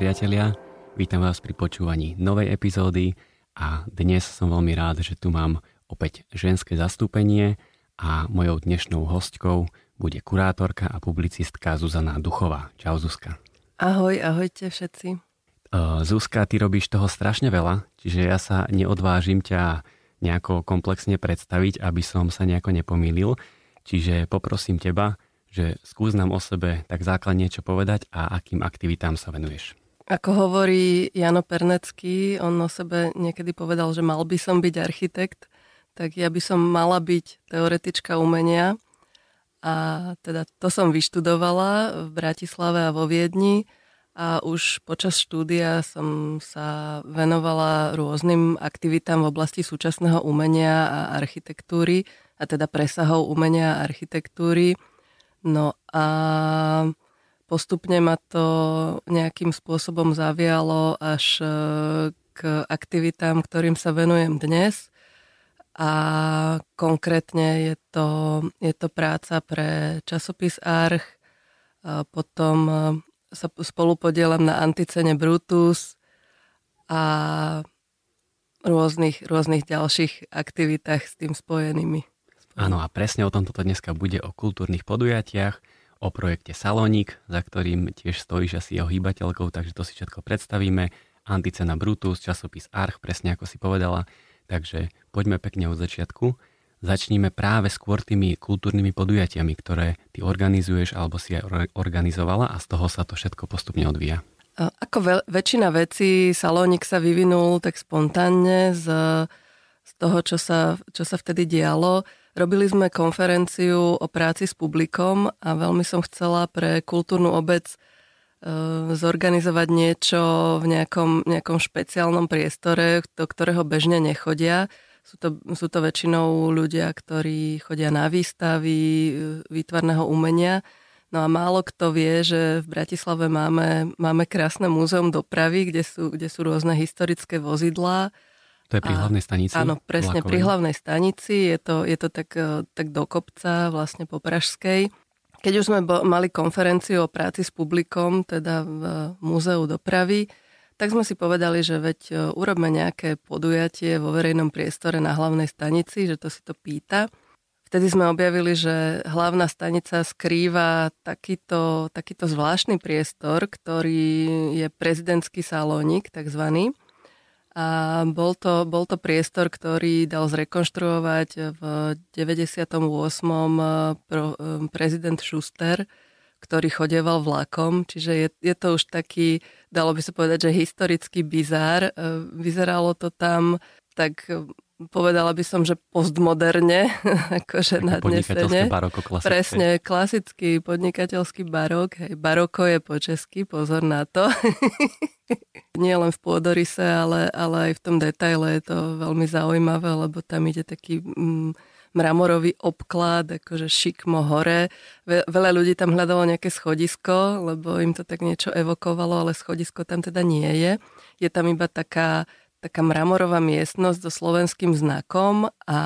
priatelia, vítam vás pri počúvaní novej epizódy a dnes som veľmi rád, že tu mám opäť ženské zastúpenie a mojou dnešnou hostkou bude kurátorka a publicistka Zuzana Duchová. Čau Zuzka. Ahoj, ahojte všetci. Zuzka, ty robíš toho strašne veľa, čiže ja sa neodvážim ťa nejako komplexne predstaviť, aby som sa nejako nepomýlil. Čiže poprosím teba, že skús nám o sebe tak základne niečo povedať a akým aktivitám sa venuješ. Ako hovorí Jano Pernecký, on o sebe niekedy povedal, že mal by som byť architekt, tak ja by som mala byť teoretička umenia. A teda to som vyštudovala v Bratislave a vo Viedni a už počas štúdia som sa venovala rôznym aktivitám v oblasti súčasného umenia a architektúry, a teda presahov umenia a architektúry. No a postupne ma to nejakým spôsobom zavialo až k aktivitám, ktorým sa venujem dnes. A konkrétne je to práca pre časopis Arch. Potom sa spolupodielam na Anticene Brutus a rôznych ďalších aktivitách s tým spojenými. Áno, a presne o tomto dneska bude, o kultúrnych podujatiach, o projekte Salónik, za ktorým tiež stojíš asi jeho hýbateľkou, takže to si všetko predstavíme. Anticena Brutus, časopis Arch, presne ako si povedala. Takže poďme pekne od začiatku. Začníme práve skôr tými kultúrnymi podujatiami, ktoré ty organizuješ alebo si aj organizovala a z toho sa to všetko postupne odvíja. Ako väčšina vecí, Salónik sa vyvinul tak spontánne z toho, čo sa vtedy dialo. Robili sme konferenciu o práci s publikom a veľmi som chcela pre kultúrnu obec zorganizovať niečo v nejakom špeciálnom priestore, do ktorého bežne nechodia. Sú to väčšinou ľudia, ktorí chodia na výstavy výtvarného umenia. No a málo kto vie, že v Bratislave máme krásne múzeum dopravy, kde sú rôzne historické vozidlá. To je pri hlavnej stanici? Áno, presne, pri hlavnej stanici. Je to tak do kopca, vlastne po Pražskej. Keď už sme mali konferenciu o práci s publikom, teda v Múzeu dopravy, tak sme si povedali, že veď urobme nejaké podujatie vo verejnom priestore na hlavnej stanici, že to si to pýta. Vtedy sme objavili, že hlavná stanica skrýva takýto zvláštny priestor, ktorý je prezidentský salónik, takzvaný. A bol to priestor, ktorý dal zrekonštruovať v 98. Prezident Schuster, ktorý chodieval vlakom. Čiže je to už taký, dalo by sa povedať, že historický bizár. Vyzeralo to tam tak, povedala by som, že postmoderne, akože nadnesene. Podnikateľské baroko klasické. Presne, klasický podnikateľský barok. Hej, baroko je po česky, pozor na to. Nie len v pôdorise, ale aj v tom detaile je to veľmi zaujímavé, lebo tam ide taký mramorový obklad, akože šikmo hore. Veľa ľudí tam hľadalo nejaké schodisko, lebo im to tak niečo evokovalo, ale schodisko tam teda nie je. Je tam iba taká mramorová miestnosť so slovenským znakom a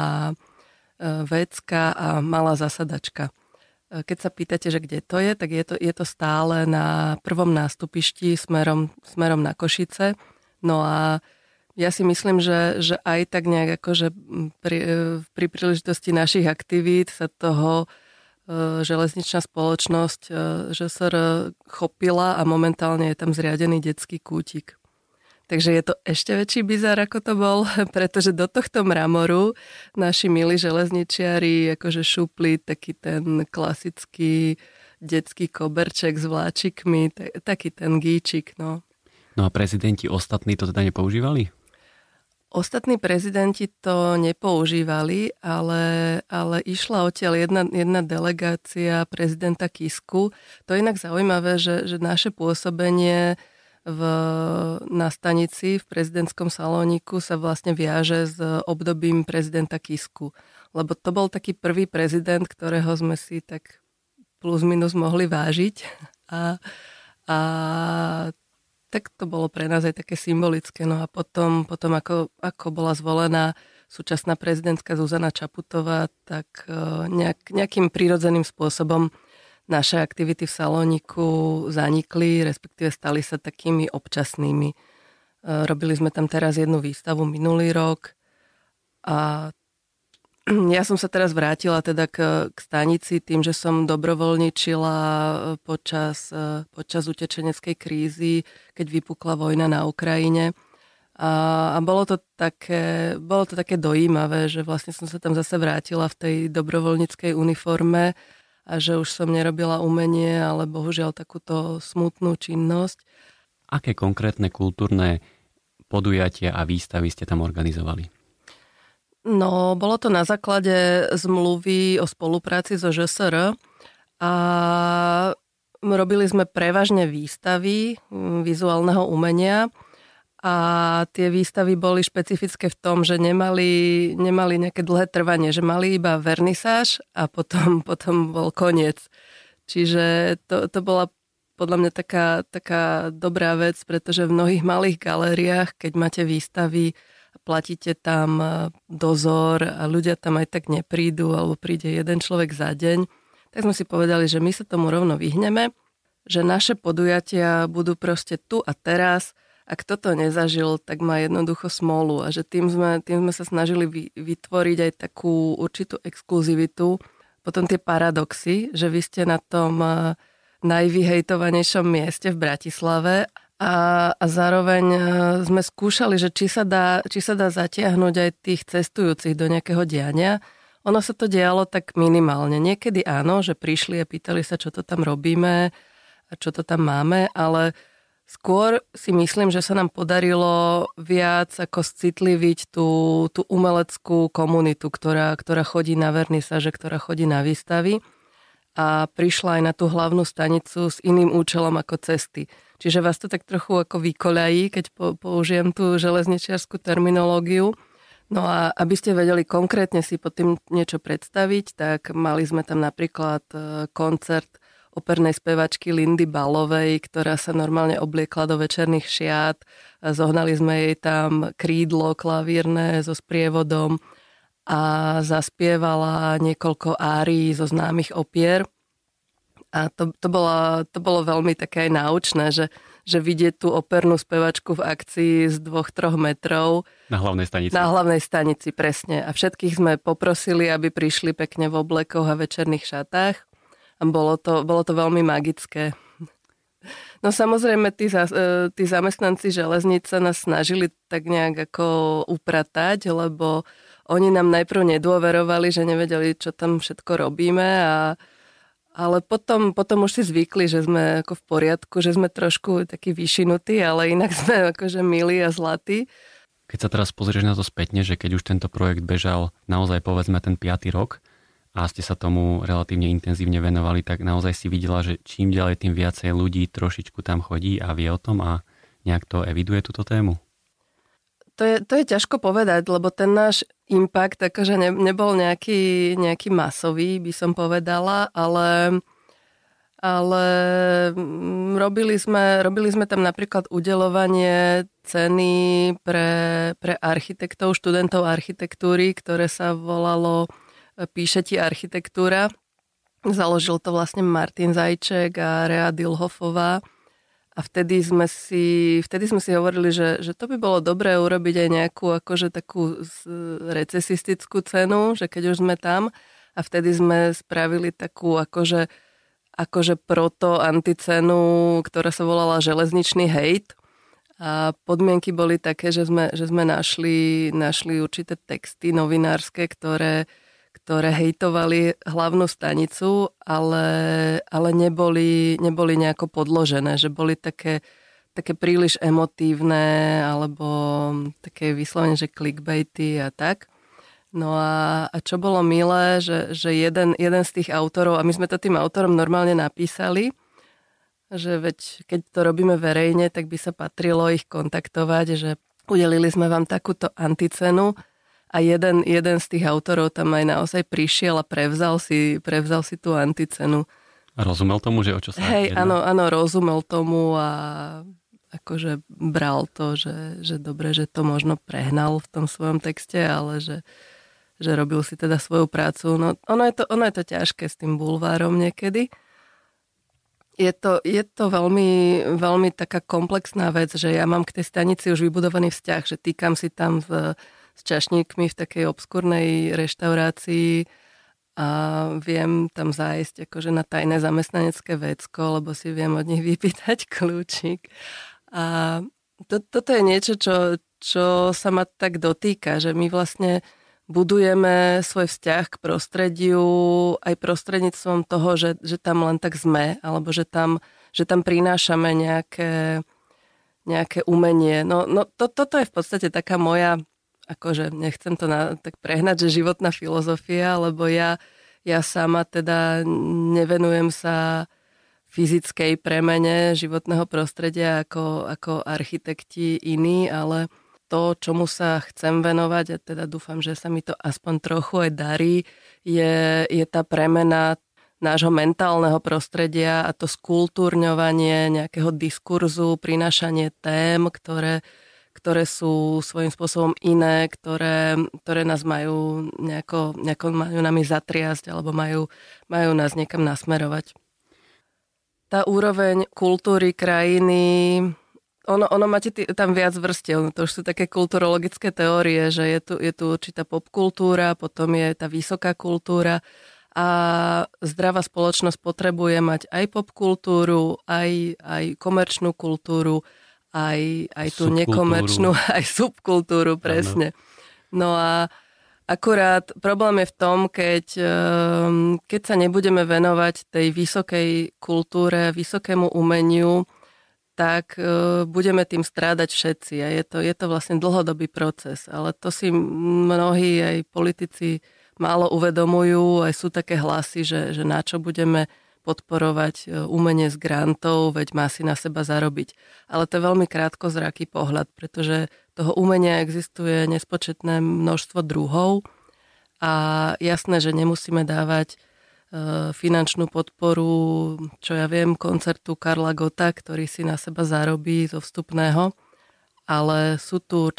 vecka a malá zasadačka. Keď sa pýtate, že kde to je, tak je to stále na prvom nástupišti smerom na Košice. No a ja si myslím, že aj tak nejak akože pri príležitosti našich aktivít sa toho železničná spoločnosť ŽSR chopila a momentálne je tam zriadený detský kútik. Takže je to ešte väčší bizár, ako to bol, pretože do tohto mramoru naši milí železničiari akože šupli taký ten klasický detský koberček s vláčikmi, taký ten gíčik, no. No a prezidenti ostatní to teda nepoužívali? Ostatní prezidenti to nepoužívali, ale išla odtiaľ jedna delegácia prezidenta Kisku. To je inak zaujímavé, že naše pôsobenie na stanici v prezidentskom salóniku sa vlastne viaže s obdobím prezidenta Kisku. Lebo to bol taký prvý prezident, ktorého sme si tak plus minus mohli vážiť. A tak to bolo pre nás aj také symbolické. No a potom ako bola zvolená súčasná prezidentka Zuzana Čaputová, tak nejakým prirodzeným spôsobom naše aktivity v Salóniku zanikli, respektíve stali sa takými občasnými. Robili sme tam teraz jednu výstavu minulý rok a ja som sa teraz vrátila teda k stanici tým, že som dobrovoľničila počas utečeneckej krízy, keď vypukla vojna na Ukrajine. A bolo to také dojímavé, že vlastne som sa tam zase vrátila v tej dobrovoľníckej uniforme a že už som nerobila umenie, ale bohužiaľ takúto smutnú činnosť. Aké konkrétne kultúrne podujatia a výstavy ste tam organizovali? No, bolo to na základe zmluvy o spolupráci so ŽSR a robili sme prevažne výstavy vizuálneho umenia a tie výstavy boli špecifické v tom, že nemali nejaké dlhé trvanie, že mali iba vernisáž a potom bol koniec. Čiže to bola podľa mňa taká dobrá vec, pretože v mnohých malých galériách, keď máte výstavy, platíte tam dozor a ľudia tam aj tak neprídu, alebo príde jeden človek za deň, tak sme si povedali, že my sa tomu rovno vyhneme, že naše podujatia budú proste tu a teraz. A kto to nezažil, tak má jednoducho smolu a že tým sme sa snažili vytvoriť aj takú určitú exkluzivitu. Potom tie paradoxy, že vy ste na tom najvyhejtovanejšom mieste v Bratislave a zároveň sme skúšali, že či sa dá zatiahnuť aj tých cestujúcich do nejakého diania. Ono sa to dialo tak minimálne. Niekedy áno, že prišli a pýtali sa, čo to tam robíme a čo to tam máme, ale skôr si myslím, že sa nám podarilo viac ako scitliviť tú umeleckú komunitu, ktorá chodí na vernisáže, ktorá chodí na výstavy a prišla aj na tú hlavnú stanicu s iným účelom ako cesty. Čiže vás to tak trochu ako vykoľají, keď použijem tú železničiarsku terminológiu. No a aby ste vedeli konkrétne si pod tým niečo predstaviť, tak mali sme tam napríklad koncert opernej spevačky Lindy Ballovej, ktorá sa normálne obliekla do večerných šiat. Zohnali sme jej tam krídlo klavírne so sprievodom a zaspievala niekoľko árií zo známych opier. A to bolo veľmi také aj náučné, že vidieť tú opernú spevačku v akcii z 2-3 metrov. Na hlavnej stanici. Na hlavnej stanici, presne. A všetkých sme poprosili, aby prišli pekne v oblekoch a večerných šatách. A bolo to veľmi magické. No samozrejme, tí zamestnanci železnice nás snažili tak nejak ako upratať, lebo oni nám najprv nedôverovali, že nevedeli, čo tam všetko robíme, ale potom už si zvykli, že sme ako v poriadku, že sme trošku takí vyšinutí, ale inak sme akože milí a zlatí. Keď sa teraz pozrieš na to spätne, že keď už tento projekt bežal naozaj povedzme ten 5. rok a ste sa tomu relatívne intenzívne venovali, tak naozaj si videla, že čím ďalej tým viacej ľudí trošičku tam chodí a vie o tom a nejak to eviduje túto tému? To je ťažko povedať, lebo ten náš impact akože nebol nejaký masový, by som povedala, ale robili sme tam napríklad udeľovanie ceny pre architektov, študentov architektúry, ktoré sa volalo Píšeti architektúra. Založil to vlastne Martin Zajček a Rea Dilhofová. A vtedy sme si hovorili, že to by bolo dobré urobiť aj nejakú akože takú recesistickú cenu, že keď už sme tam, a vtedy sme spravili takú akože proto-anticenu, ktorá sa volala Železničný hejt. A podmienky boli také, že sme našli určité texty novinárske, ktoré hejtovali hlavnú stanicu, ale neboli nejako podložené, že boli také príliš emotívne alebo také vyslovene, že clickbaity a tak. No a čo bolo milé, že jeden z tých autorov, a my sme to tým autorom normálne napísali, že veď keď to robíme verejne, tak by sa patrilo ich kontaktovať, že udelili sme vám takúto anticenu. A jeden z tých autorov tam aj naozaj prišiel a prevzal si tú anticenu. A rozumel tomu, že o čo sa jedná? Hej, áno, rozumel tomu a akože bral to, že dobre, že to možno prehnal v tom svojom texte, ale že robil si teda svoju prácu. No, ono je to ťažké s tým bulvárom niekedy, Je to veľmi, veľmi taká komplexná vec, že ja mám k tej stanici už vybudovaný vzťah, že týkam si tam s čašníkmi v takej obskúrnej reštaurácii a viem tam zájsť akože na tajné zamestnanecké vecko, lebo si viem od nich vypýtať kľúčik. A toto je niečo, čo sa ma tak dotýka, že my vlastne budujeme svoj vzťah k prostrediu aj prostredníctvom toho, že tam len tak sme, alebo že tam prinášame nejaké umenie. No toto je v podstate taká moja, akože nechcem to tak prehnať, že životná filozofia, lebo ja sama teda nevenujem sa fyzickej premene životného prostredia ako architekti iní, ale to, čomu sa chcem venovať, a teda dúfam, že sa mi to aspoň trochu aj darí, je tá premena nášho mentálneho prostredia a to skultúrňovanie nejakého diskurzu, prinášanie tém, ktoré sú svojím spôsobom iné, ktoré nás majú nejako majú nami zatriasť alebo majú nás niekam nasmerovať. Tá úroveň kultúry krajiny, ono máte tam viac vrstiev, to už sú také kulturologické teórie, že je tu určitá popkultúra, potom je tá vysoká kultúra a zdravá spoločnosť potrebuje mať aj popkultúru, aj komerčnú kultúru, aj tú nekomerčnú, aj subkultúru, presne. No a akurát problém je v tom, keď sa nebudeme venovať tej vysokej kultúre, vysokému umeniu, tak budeme tým strádať všetci. A je to vlastne dlhodobý proces. Ale to si mnohí aj politici málo uvedomujú. Aj sú také hlasy, že na čo budeme podporovať umenie z grantov, veď má si na seba zarobiť. Ale to je veľmi krátkozraký pohľad, pretože toho umenia existuje nespočetné množstvo druhov a jasné, že nemusíme dávať finančnú podporu, čo ja viem, koncertu Karla Gotta, ktorý si na seba zarobí zo vstupného, ale sú tu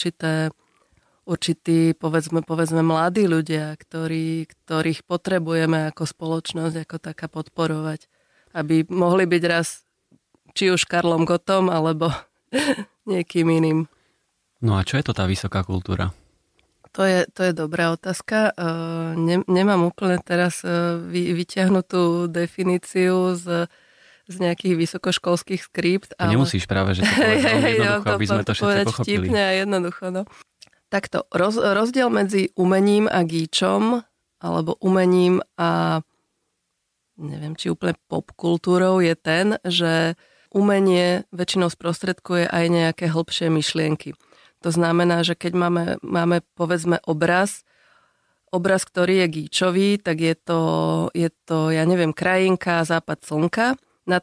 určití, povedzme mladí ľudia, ktorých potrebujeme ako spoločnosť, ako taká podporovať, aby mohli byť raz či už Karlom Gottom, alebo niekým iným. No a čo je to tá vysoká kultúra? To je dobrá otázka. Nemám úplne teraz vyťahnutú definíciu z nejakých vysokoškolských skript. Ale nemusíš práve, že to povedať jednoducho, aby sme to všetci pochopili. Vtipne a jednoducho, no. Takto, rozdiel medzi umením a gíčom, alebo umením a neviem, či úplne popkultúrou je ten, že umenie väčšinou sprostredkuje aj nejaké hĺbšie myšlienky. To znamená, že keď máme povedzme obraz, ktorý je gíčový, tak je to, ja neviem, krajinka, západ slnka.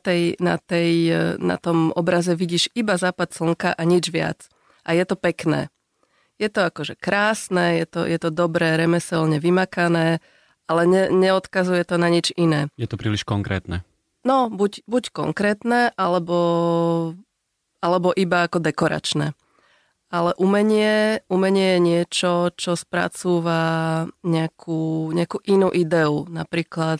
Na tom obraze vidíš iba západ slnka a nič viac. A je to pekné. Je to akože krásne, je to dobré, remeselne vymakané, ale neodkazuje to na nič iné. Je to príliš konkrétne. No, buď konkrétne, alebo iba ako dekoračné. Ale umenie je niečo, čo spracúva nejakú inú ideu. Napríklad,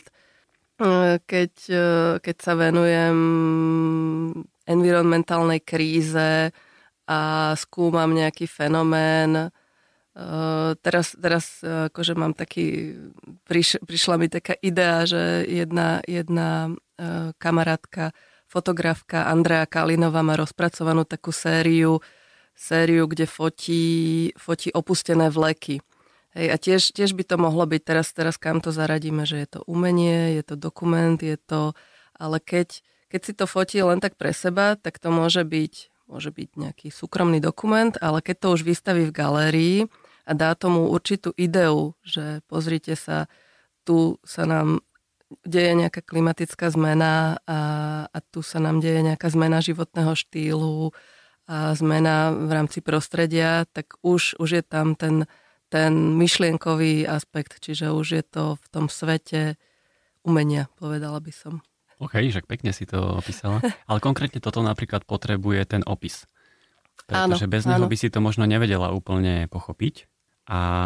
keď sa venujem environmentálnej kríze a skúmam nejaký fenomén. Teraz akože mám prišla mi taká idea, že jedna kamarátka, fotografka Andrea Kalinová má rozpracovanú takú sériu, kde fotí opustené vleky. Hej, a tiež by to mohlo byť, teraz kam to zaradíme, že je to umenie, je to dokument, ale keď si to fotí len tak pre seba, tak to môže byť nejaký súkromný dokument, ale keď to už vystaví v galérii a dá tomu určitú ideu, že pozrite sa, tu sa nám deje nejaká klimatická zmena a tu sa nám deje nejaká zmena životného štýlu, a zmena v rámci prostredia, tak už je tam ten myšlienkový aspekt, čiže už je to v tom svete umenia, povedala by som. OK, však pekne si to opísala. Ale konkrétne toto napríklad potrebuje ten opis. Pretože bez neho by si to možno nevedela úplne pochopiť. A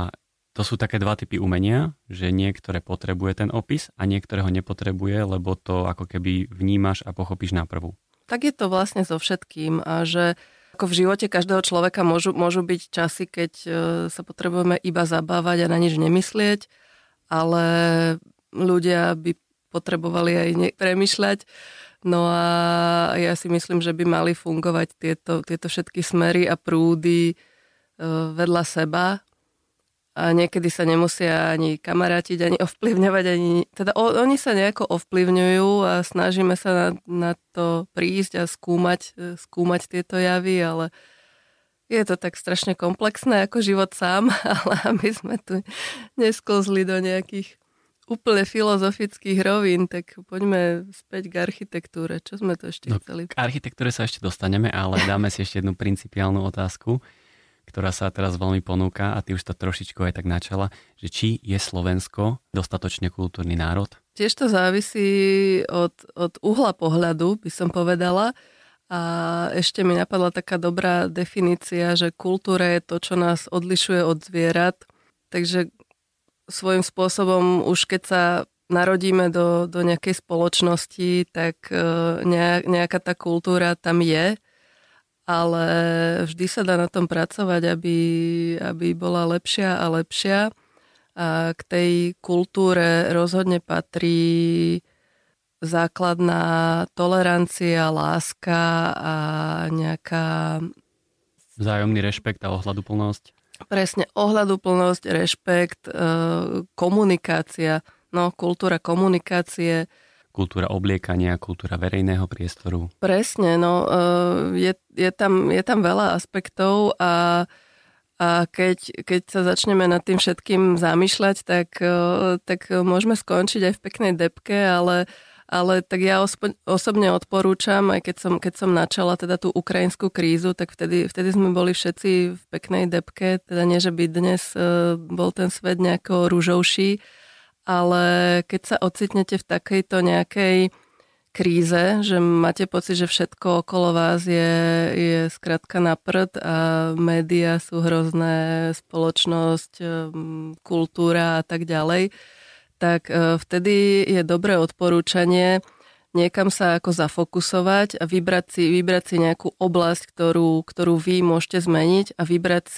To sú také dva typy umenia, že niektoré potrebuje ten opis a niektoré ho nepotrebuje, lebo to ako keby vnímaš a pochopíš na prvú. Tak je to vlastne so všetkým a že ako v živote každého človeka môžu byť časy, keď sa potrebujeme iba zabávať a na nič nemyslieť, ale ľudia by potrebovali aj premýšľať. No a ja si myslím, že by mali fungovať tieto všetky smery a prúdy vedľa seba. A niekedy sa nemusia ani kamarátiť, ani ovplyvňovať, teda oni sa nejako ovplyvňujú a snažíme sa na to prísť a skúmať tieto javy, ale je to tak strašne komplexné ako život sám, ale aby sme tu nesklzli do nejakých úplne filozofických rovín, tak poďme späť k architektúre. Čo sme to ešte chceli? K architektúre sa ešte dostaneme, ale dáme si ešte jednu principiálnu otázku, ktorá sa teraz veľmi ponúka a ty už to trošičku aj tak načala, že či je Slovensko dostatočne kultúrny národ? Tiež to závisí od uhla pohľadu, by som povedala. A ešte mi napadla taká dobrá definícia, že kultúra je to, čo nás odlišuje od zvierat. Takže svojím spôsobom už keď sa narodíme do nejakej spoločnosti, tak nejaká tá kultúra tam je, ale vždy sa dá na tom pracovať, aby bola lepšia a lepšia. A k tej kultúre rozhodne patrí základná tolerancia, láska a nejaká... Vzájomný rešpekt a ohľaduplnosť. Presne, ohľaduplnosť, rešpekt, komunikácia, kultúra komunikácie. Kultúra obliekania, kultúra verejného priestoru. Presne, je tam veľa aspektov a keď sa začneme nad tým všetkým zamýšľať, tak môžeme skončiť aj v peknej debke, ale tak ja osobne odporúčam, aj keď som načala teda tú ukrajinskú krízu, tak vtedy sme boli všetci v peknej debke, teda nie, že by dnes bol ten svet nejako ružovší, ale keď sa ocitnete v takejto nejakej kríze, že máte pocit, že všetko okolo vás je skrátka na prd a médiá sú hrozné, spoločnosť, kultúra a tak ďalej, tak vtedy je dobré odporúčanie niekam sa ako zafokusovať a vybrať si nejakú oblasť, ktorú vy môžete zmeniť a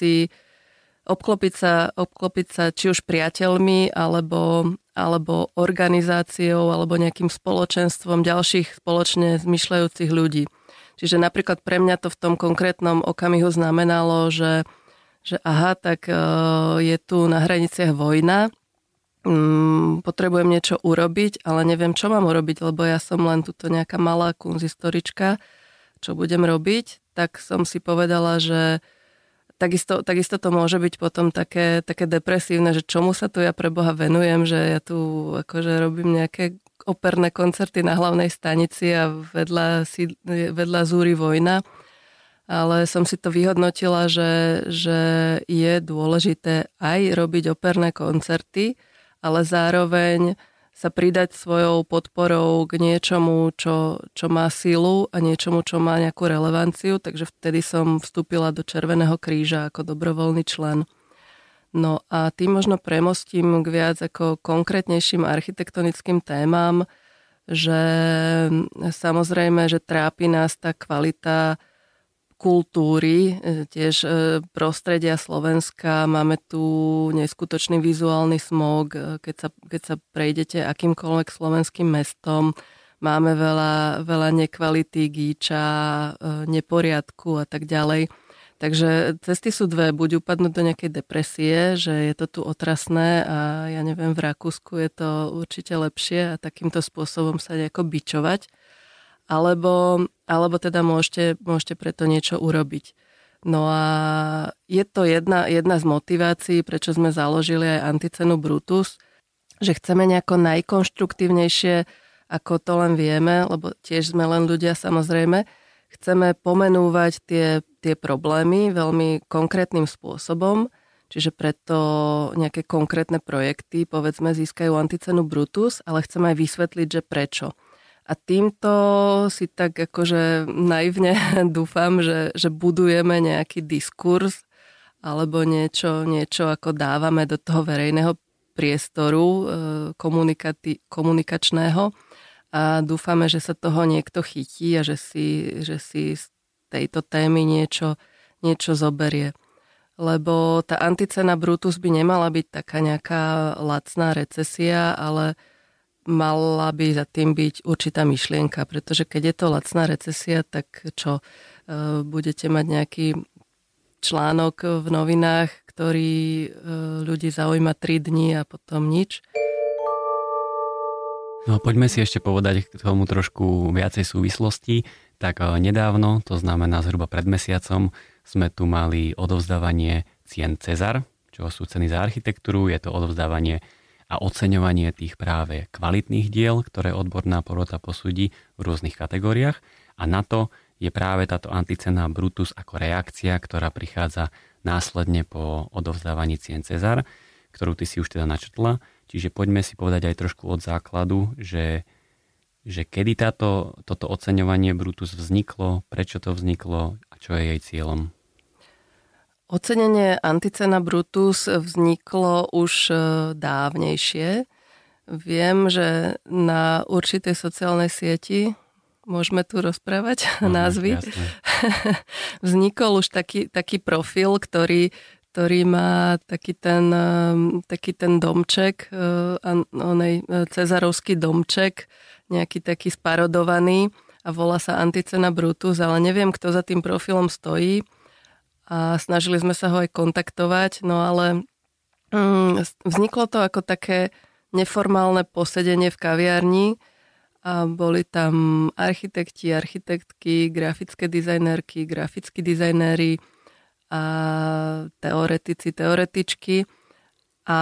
obklopiť sa či už priateľmi alebo organizáciou alebo nejakým spoločenstvom ďalších spoločne zmyšľajúcich ľudí. Čiže napríklad pre mňa to v tom konkrétnom okamihu znamenalo, že aha, tak je tu na hraniciach vojna, potrebujem niečo urobiť, ale neviem, čo mám urobiť, lebo ja som len tuto nejaká malá kunzistorička, čo budem robiť, tak som si povedala, že takisto to môže byť potom také depresívne, že čomu sa tu ja pre Boha venujem, že ja tu akože robím nejaké operné koncerty na hlavnej stanici a vedľa zúri vojna. Ale som si to vyhodnotila, že je dôležité aj robiť operné koncerty, ale zároveň sa pridať svojou podporou k niečomu, čo má silu a niečomu, čo má nejakú relevanciu. Takže vtedy som vstúpila do Červeného kríža ako dobrovoľný člen. No a tým možno premostím k viac ako konkrétnejším architektonickým témam, že samozrejme, že trápi nás tá kvalita kultúry, tiež prostredia Slovenska. Máme tu neskutočný vizuálny smog, keď sa prejdete akýmkoľvek slovenským mestom. Máme veľa nekvality, gíča, neporiadku a tak ďalej. Takže cesty sú dve. Buď upadnúť do nejakej depresie, že je to tu otrasné a ja neviem, v Rakúsku je to určite lepšie a takýmto spôsobom sa nejako bičovať. Alebo teda môžete preto niečo urobiť. No a je to jedna z motivácií, prečo sme založili aj Anticenu Brutus, že chceme nejako najkonštruktívnejšie, ako to len vieme, lebo tiež sme len ľudia samozrejme, chceme pomenúvať tie problémy veľmi konkrétnym spôsobom, čiže preto nejaké konkrétne projekty, povedzme, získajú Anticenu Brutus, ale chceme aj vysvetliť, že prečo. A týmto si tak akože naivne dúfam, že budujeme nejaký diskurs alebo niečo ako dávame do toho verejného priestoru komunikačného a dúfame, že sa toho niekto chytí a že si z tejto témy niečo zoberie. Lebo tá anticena Brutus by nemala byť taká nejaká lacná recesia, ale mala by za tým byť určitá myšlienka, pretože keď je to lacná recesia, tak čo, budete mať nejaký článok v novinách, ktorý ľudí zaujíma 3 dní a potom nič. No poďme si ešte povedať k tomu trošku viacej súvislosti. Tak nedávno, to znamená zhruba pred mesiacom, sme tu mali odovzdávanie cien Cezar, čo sú ceny za architektúru. Je to odovzdávanie a oceňovanie tých práve kvalitných diel, ktoré odborná porota posúdi v rôznych kategóriách. A na to je práve táto anticena Brutus ako reakcia, ktorá prichádza následne po odovzdávaní cien Cezar, ktorú ty si už teda načrtla. Čiže poďme si povedať aj trošku od základu, že kedy toto oceňovanie Brutus vzniklo, prečo to vzniklo a čo je jej cieľom. Ocenenie anticena Brutus vzniklo už dávnejšie. Viem, že na určitej sociálnej sieti, môžeme tu rozprávať názvy, vznikol už taký profil, ktorý má taký ten domček, cezarovský domček, nejaký taký sparodovaný a volá sa Anticena Brutus, ale neviem, kto za tým profilom stojí a snažili sme sa ho aj kontaktovať, no ale vzniklo to ako také neformálne posedenie v kaviarni a boli tam architekti, architektky, grafické dizajnerky, grafickí dizajnéri a teoretici, teoretičky. A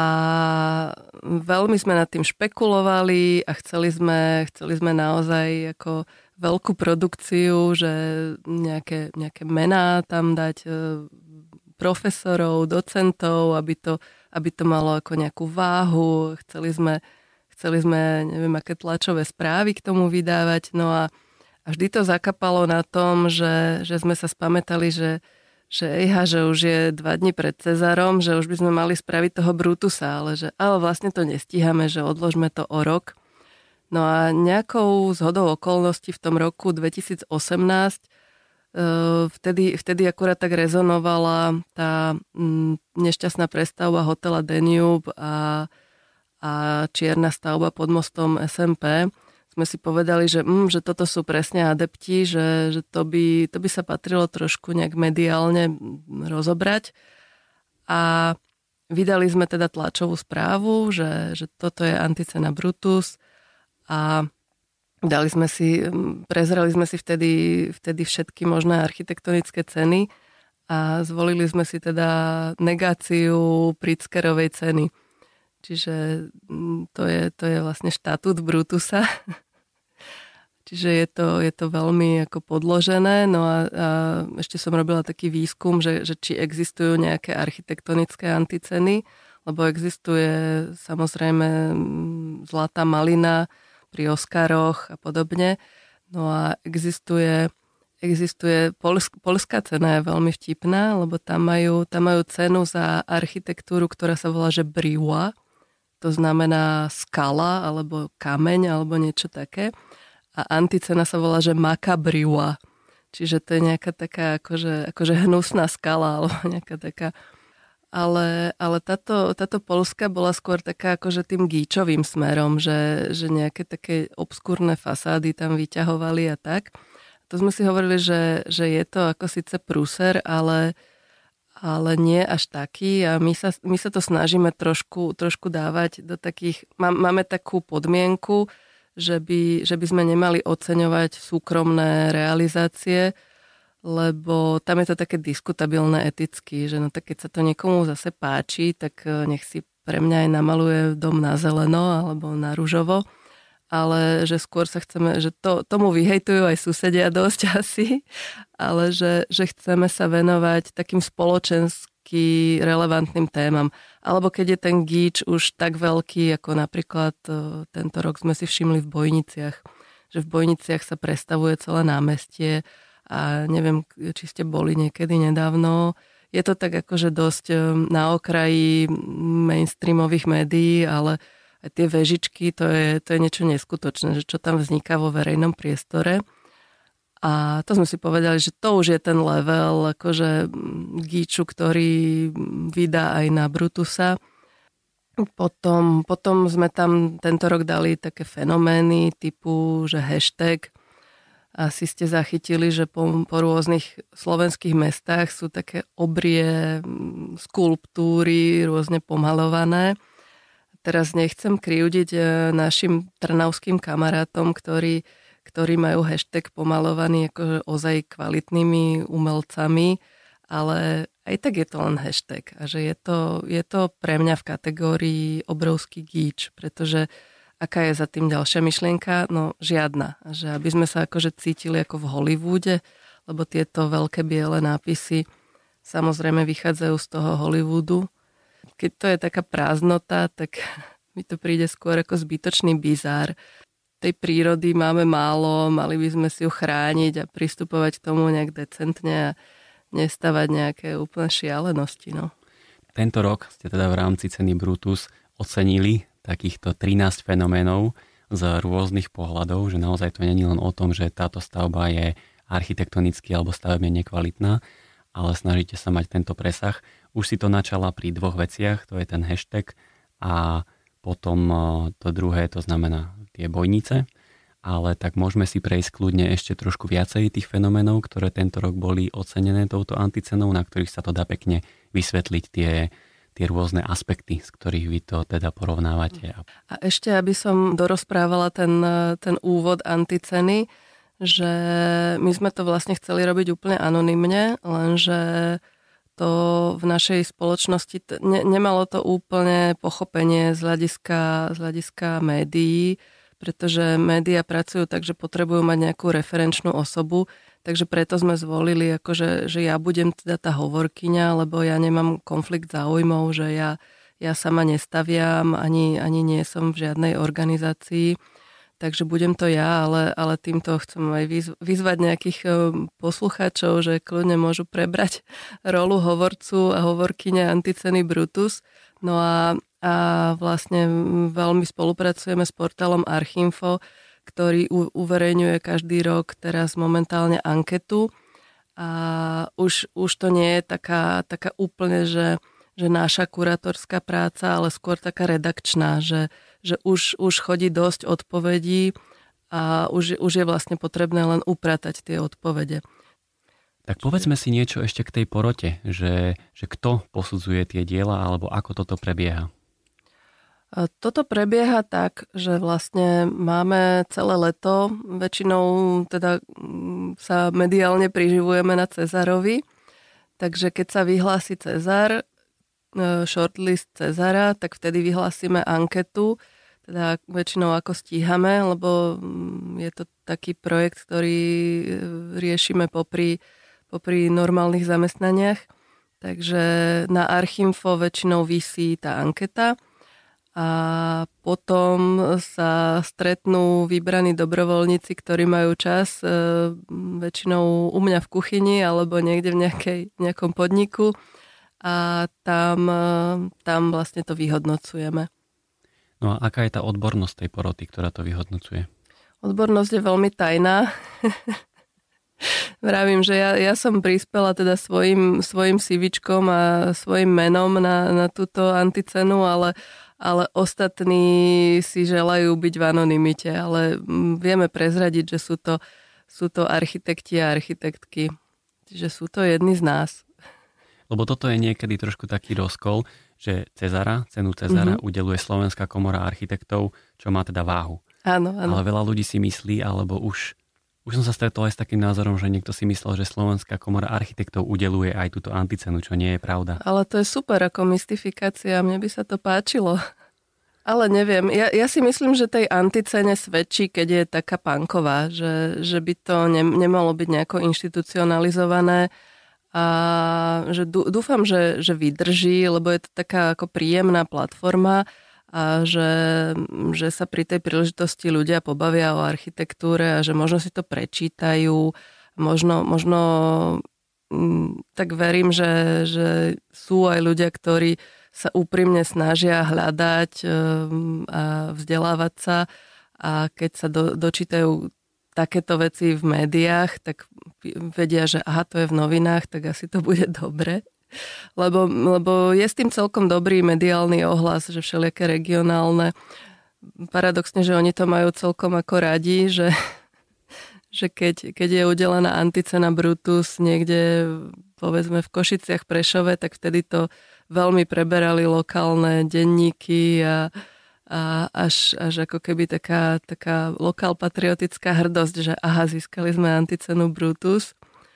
veľmi sme nad tým špekulovali a chceli sme naozaj ako veľkú produkciu, že nejaké mená tam dať, profesorov, docentov, aby to malo ako nejakú váhu. Chceli sme neviem, aké tlačové správy k tomu vydávať. No a vždy to zakapalo na tom, že sme sa spamätali, že už je 2 dni pred Cezarom, že už by sme mali spraviť toho Brutusa, ale vlastne to nestíhame, že odložme to o rok. No a nejakou zhodou okolností v tom roku 2018 vtedy akurát tak rezonovala tá nešťastná prestavba hotela Danube a čierna stavba pod mostom SMP. Sme si povedali, že toto sú presne adepti, že to by sa patrilo trošku nejak mediálne rozobrať. A vydali sme teda tlačovú správu, že toto je anticena Brutus a prezreli sme si vtedy všetky možné architektonické ceny a zvolili sme si teda negáciu Pritzkerovej ceny. Čiže to je vlastne štatút Brutusa. Čiže je to veľmi ako podložené. No a ešte som robila taký výskum, že či existujú nejaké architektonické anticeny, lebo existuje samozrejme Zlatá malina pri Oscaroch a podobne. No a existuje poľská cena je veľmi vtipná, lebo tam majú cenu za architektúru, ktorá sa volá, že Briua. To znamená skala, alebo kameň, alebo niečo také. A anticena sa volá, že Makabriua. Čiže to je nejaká taká akože hnusná skala, alebo nejaká taká. Ale táto poľská bola skôr taká akože tým gíčovým smerom, že nejaké také obskúrne fasády tam vyťahovali a tak. To sme si hovorili, že je to ako síce prúser, ale nie až taký a my sa to snažíme trošku dávať do takých, máme takú podmienku, že by sme nemali oceňovať súkromné realizácie, lebo tam je to také diskutabilné eticky, že no tak keď sa to niekomu zase páči, tak nech si pre mňa aj namaluje dom na zeleno alebo na ružovo, ale že skôr sa chceme, že tomu vyhejtujú aj susedia dosť asi, ale že chceme sa venovať takým spoločensky relevantným témam. Alebo keď je ten gíč už tak veľký, ako napríklad tento rok sme si všimli v Bojniciach, že v Bojniciach sa prestavuje celé námestie a neviem, či ste boli niekedy nedávno, je to tak akože dosť na okraji mainstreamových médií, ale aj tie vežičky, to je niečo neskutočné, že čo tam vzniká vo verejnom priestore. A to sme si povedali, že to už je ten level akože gíču, ktorý vydá aj na Brutusa. Potom sme tam tento rok dali také fenomény typu, že hashtag. Asi ste zachytili, že po rôznych slovenských mestách sú také obrie skulptúry, rôzne pomalované. Teraz nechcem krivdiť našim trnavským kamarátom, ktorí majú hashtag pomalovaný akože ozaj kvalitnými umelcami, ale aj tak je to len hashtag a že je to pre mňa v kategórii obrovský gíč, pretože aká je za tým ďalšia myšlienka? No žiadna. Že aby sme sa akože cítili ako v Hollywoode, lebo tieto veľké biele nápisy samozrejme vychádzajú z toho Hollywoodu. Keď to je taká prázdnota, tak mi to príde skôr ako zbytočný bizár. Tej prírody máme málo, mali by sme si ju chrániť a pristupovať k tomu nejak decentne a nestavať nejaké úplne šialenosti. No. Tento rok ste teda v rámci ceny Brutus ocenili takýchto 13 fenoménov z rôznych pohľadov, že naozaj to nie je len o tom, že táto stavba je architektonicky alebo stavebne nekvalitná, ale snažíte sa mať tento presah. Už si to načala pri dvoch veciach, to je ten hashtag a potom to druhé, to znamená tie bojnice, ale tak môžeme si prejsť kľudne ešte trošku viacej tých fenoménov, ktoré tento rok boli ocenené touto anticenou, na ktorých sa to dá pekne vysvetliť tie rôzne aspekty, z ktorých vy to teda porovnávate. A ešte, aby som dorozprávala ten úvod anticeny, že my sme to vlastne chceli robiť úplne anonymne, lenže to v našej spoločnosti nemalo to úplne pochopenie z hľadiska médií, pretože médiá pracujú tak, že potrebujú mať nejakú referenčnú osobu, takže preto sme zvolili, akože, že ja budem teda tá hovorkyňa, lebo ja nemám konflikt záujmov, že ja sama nestaviam, ani nie som v žiadnej organizácii, takže budem to ja, ale týmto chcem aj vyzvať nejakých poslucháčov, že kľudne môžu prebrať rolu hovorcu a hovorkyne anticeny Brutus. No a vlastne veľmi spolupracujeme s portálom Archinfo, ktorý uverejňuje každý rok teraz momentálne anketu a už to nie je taká úplne, že naša kurátorská práca, ale skôr taká redakčná, že už chodí dosť odpovedí a už je vlastne potrebné len upratať tie odpovede. Tak povedzme si niečo ešte k tej porote, že kto posudzuje tie diela alebo ako toto prebieha. Toto prebieha tak, že vlastne máme celé leto, väčšinou teda sa mediálne priživujeme na Cezarovi, takže keď sa vyhlási Cezar, shortlist Cezara, tak vtedy vyhlásime anketu, teda väčšinou ako stíhame, lebo je to taký projekt, ktorý riešime popri normálnych zamestnaniach. Takže na Archinfo väčšinou visí tá anketa a potom sa stretnú vybraní dobrovoľníci, ktorí majú čas, väčšinou u mňa v kuchyni alebo niekde v nejakom podniku a tam vlastne to vyhodnocujeme. No a aká je tá odbornosť tej poroty, ktorá to vyhodnocuje? Odbornosť je veľmi tajná. Vravím, že ja som prispela teda svojim CVčkom a svojim menom na túto anticenu, ale ostatní si želajú byť v anonymite, ale vieme prezradiť, že sú to architekti a architektky. Čiže sú to jedni z nás. Lebo toto je niekedy trošku taký rozkol, že cenu Cezara udeluje Slovenská komora architektov, čo má teda váhu. Áno. Ale veľa ľudí si myslí, alebo už som sa stretol aj s takým názorom, že niekto si myslel, že Slovenská komora architektov udeluje aj túto anticenu, čo nie je pravda. Ale to je super ako mystifikácia, mne by sa to páčilo. Ale neviem, ja si myslím, že tej anticene svedčí, keď je taká punková, že by to nemalo byť nejako inštitucionalizované a že dúfam, že vydrží, lebo je to taká ako príjemná platforma a že sa pri tej príležitosti ľudia pobavia o architektúre a že možno si to prečítajú, možno tak verím, že sú aj ľudia, ktorí sa úprimne snažia hľadať a vzdelávať sa a keď sa dočítajú takéto veci v médiách, tak vedia, že aha, to je v novinách, tak asi to bude dobre. Lebo je s tým celkom dobrý mediálny ohlas, že všelijaké regionálne. Paradoxne, že oni to majú celkom ako radi, že keď je udelená anticena Brutus niekde, povedzme v Košiciach, Prešove, tak vtedy to veľmi preberali lokálne denníky a až ako keby taká lokál patriotická hrdosť, že aha, získali sme anticenu Brutus.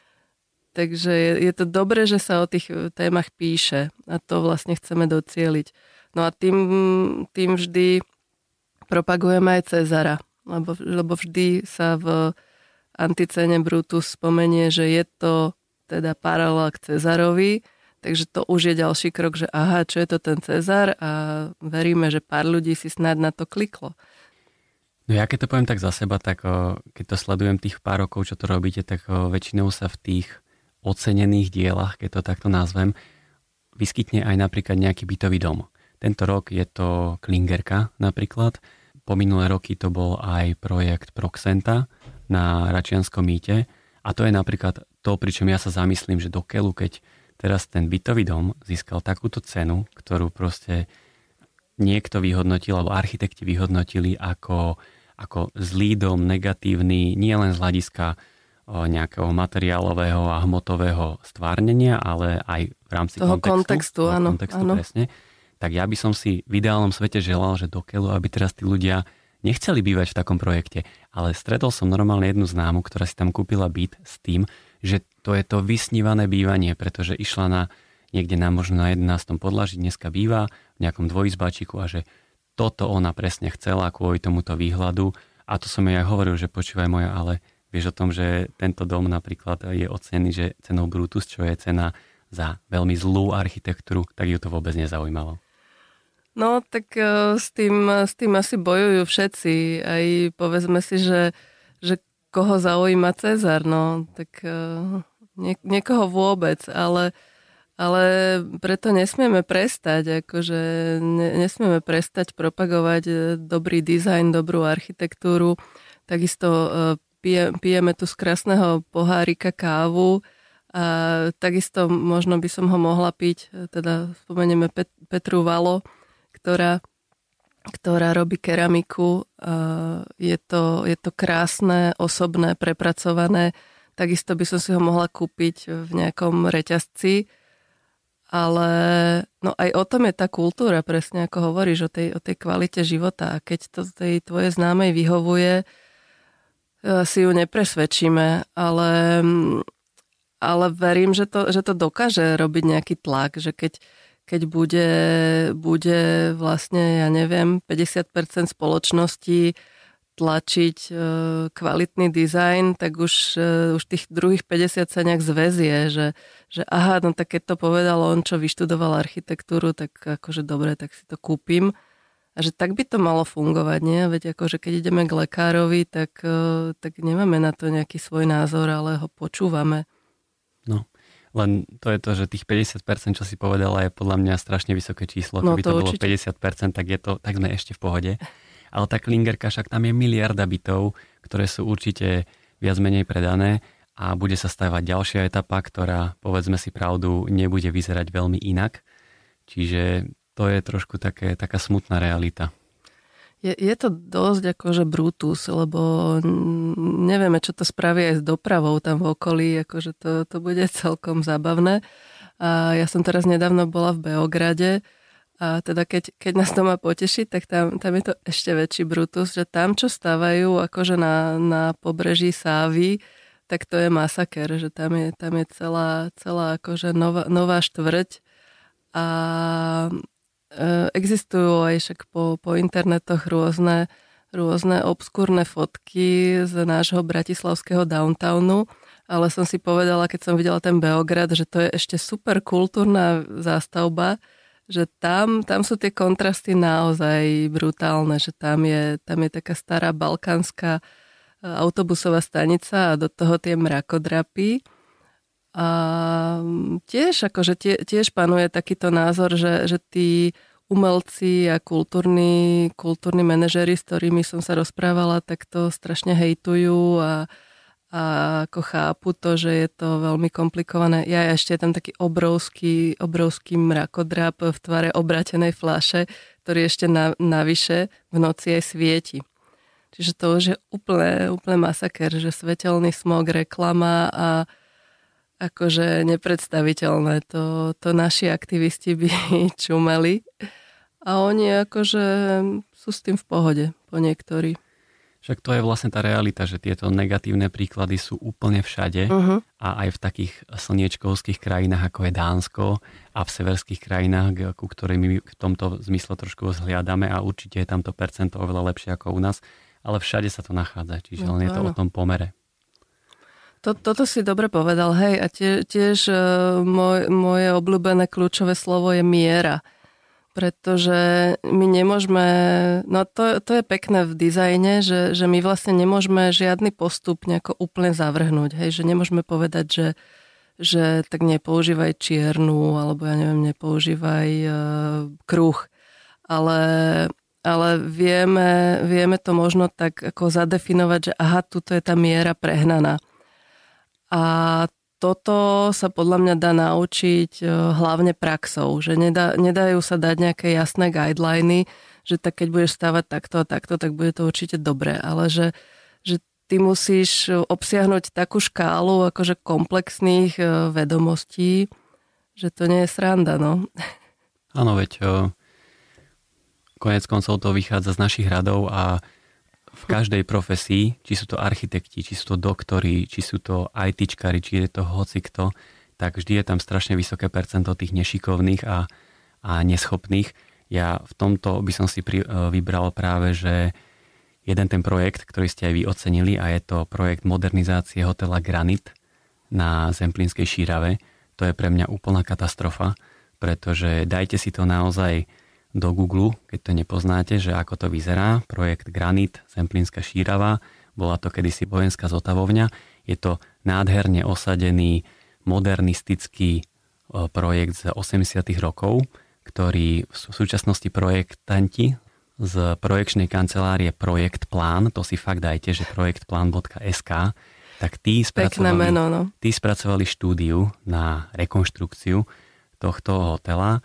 Takže je to dobré, že sa o tých témach píše a to vlastne chceme docieliť. No a tým vždy propagujeme aj Cezara, lebo vždy sa v anticene Brutus spomenie, že je to teda paralel k Cezarovi, takže to už je ďalší krok, že aha, čo je to ten Cezar a veríme, že pár ľudí si snad na to kliklo. No ja keď to poviem tak za seba, tak keď to sledujem tých pár rokov, čo to robíte, tak väčšinou sa v tých ocenených dielach, keď to takto nazvem, vyskytne aj napríklad nejaký bytový dom. Tento rok je to Klingerka napríklad. Po minulé roky to bol aj projekt Proxenta na Račianskom mýte. A to je napríklad to, pričom ja sa zamyslím, že do keľu, keď teraz ten bytový dom získal takúto cenu, ktorú proste niekto vyhodnotil, alebo architekti vyhodnotili ako zlý dom, negatívny, nie len z hľadiska nejakého materiálového a hmotového stvárnenia, ale aj v rámci toho kontextu, áno. Presne. Tak ja by som si v ideálnom svete želal, že do keľu, aby teraz tí ľudia nechceli bývať v takom projekte, ale stretol som normálne jednu známu, ktorá si tam kúpila byt s tým, že to je to vysnívané bývanie, pretože išla niekde možno na 11. podlaží, dneska býva v nejakom dvojizbáčiku a že toto ona presne chcela kvôli tomuto výhľadu a to som jej aj hovoril, že počúvaj moja, ale vieš o tom, že tento dom napríklad je ocenený, že cenou Brutus, čo je cena za veľmi zlú architektúru, tak ju to vôbec nezaujímalo. No, tak s tým asi bojujú všetci. Aj povedzme si, že koho zaujíma Cezar, no, tak niekoho vôbec, ale preto nesmieme prestať, akože nesmieme prestať propagovať dobrý dizajn, dobrú architektúru. Takisto pijeme tu z krásneho pohárika kávu a takisto možno by som ho mohla piť, teda spomenieme Petru Valo, ktorá robí keramiku. Je to krásne, osobné, prepracované. Takisto by som si ho mohla kúpiť v nejakom reťazci. Ale no aj o tom je tá kultúra, presne ako hovoríš, o tej kvalite života. A keď to tej tvojej známej vyhovuje, si ju nepresvedčíme, ale verím, že to dokáže robiť nejaký tlak, že keď bude vlastne, ja neviem, 50% spoločnosti tlačiť kvalitný dizajn, tak už tých druhých 50 sa nejak zväzie, že aha, no tak keď to povedal on, čo vyštudoval architektúru, tak akože dobre, tak si to kúpim. A že tak by to malo fungovať, nie? Veď akože keď ideme k lekárovi, tak nemáme na to nejaký svoj názor, ale ho počúvame. No. Len to je to, že tých 50%, čo si povedala, je podľa mňa strašne vysoké číslo. Keby to bolo určite 50%, tak sme ešte v pohode. Ale tá Klingerka, však tam je miliarda bytov, ktoré sú určite viac menej predané a bude sa stavať ďalšia etapa, ktorá, povedzme si pravdu, nebude vyzerať veľmi inak. Čiže to je trošku taká smutná realita. Je to dosť akože Brutus, lebo nevieme, čo to spraví aj s dopravou tam v okolí, akože to bude celkom zábavné. A ja som teraz nedávno bola v Beograde a teda keď nás to má potešiť, tak tam je to ešte väčší Brutus, že tam, čo stavajú akože na pobreží Sávy, tak to je masaker, že tam je celá akože nová štvrť a existujú aj však po internetoch rôzne obskúrne fotky z nášho bratislavského downtownu, ale som si povedala, keď som videla ten Beograd, že to je ešte super kultúrna zástavba, že tam sú tie kontrasty naozaj brutálne, že tam je taká stará balkánska autobusová stanica a do toho tie mrakodrapy. A tiež, akože tiež panuje takýto názor, že tí umelci a kultúrni manažéri, s ktorými som sa rozprávala, tak to strašne hejtujú a ako chápu to, že je to veľmi komplikované. Ja ešte je tam taký obrovský mrakodrap v tvare obrátenej fľaše, ktorý ešte navyše v noci aj svieti. Čiže to už je úplne masaker, že svetelný smog, reklama a akože nepredstaviteľné. To naši aktivisti by čumeli. A oni akože sú s tým v pohode, po niektorí. Však to je vlastne tá realita, že tieto negatívne príklady sú úplne všade a aj v takých slniečkovských krajinách, ako je Dánsko a v severských krajinách, ku ktorým my v tomto zmysle trošku zhliadame a určite je tamto percento oveľa lepšie ako u nás, ale všade sa to nachádza, čiže len je to o tom pomere. Toto si dobre povedal, hej, a tiež moje obľúbené kľúčové slovo je miera. Pretože my nemôžeme, no to je pekné v dizajne, že my vlastne nemôžeme žiadny postup nejako úplne zavrhnúť, hej, že nemôžeme povedať, že tak nepoužívaj čiernu, alebo ja neviem, nepoužívaj kruh, ale vieme to možno tak ako zadefinovať, že aha, tuto je tá miera prehnaná. A toto sa podľa mňa dá naučiť hlavne praxou, že nedajú sa dať nejaké jasné guideliny, že tak keď budeš stávať takto a takto, tak bude to určite dobré, ale že ty musíš obsiahnuť takú škálu akože komplexných vedomostí, že to nie je sranda, no. Áno, veď konec koncov to vychádza z našich radov a v každej profesii, či sú to architekti, či sú to doktori, či sú to ITčkari, či je to hocikto, tak vždy je tam strašne vysoké percento tých nešikovných a neschopných. Ja v tomto by som si vybral práve, že jeden ten projekt, ktorý ste aj vy ocenili, a je to projekt modernizácie hotela Granit na Zemplínskej Šírave. To je pre mňa úplná katastrofa, pretože dajte si to naozaj do Google, keď to nepoznáte, že ako to vyzerá. Projekt Granit, Zemplínska Šírava, bola to kedysi vojenská zotavovňa. Je to nádherne osadený, modernistický projekt z 80. rokov, ktorý v súčasnosti projektanti z projekčnej kancelárie Projekt Plán, to si fakt dajte, že projektplan.sk, tak tí spracovali štúdiu na rekonštrukciu tohto hotela.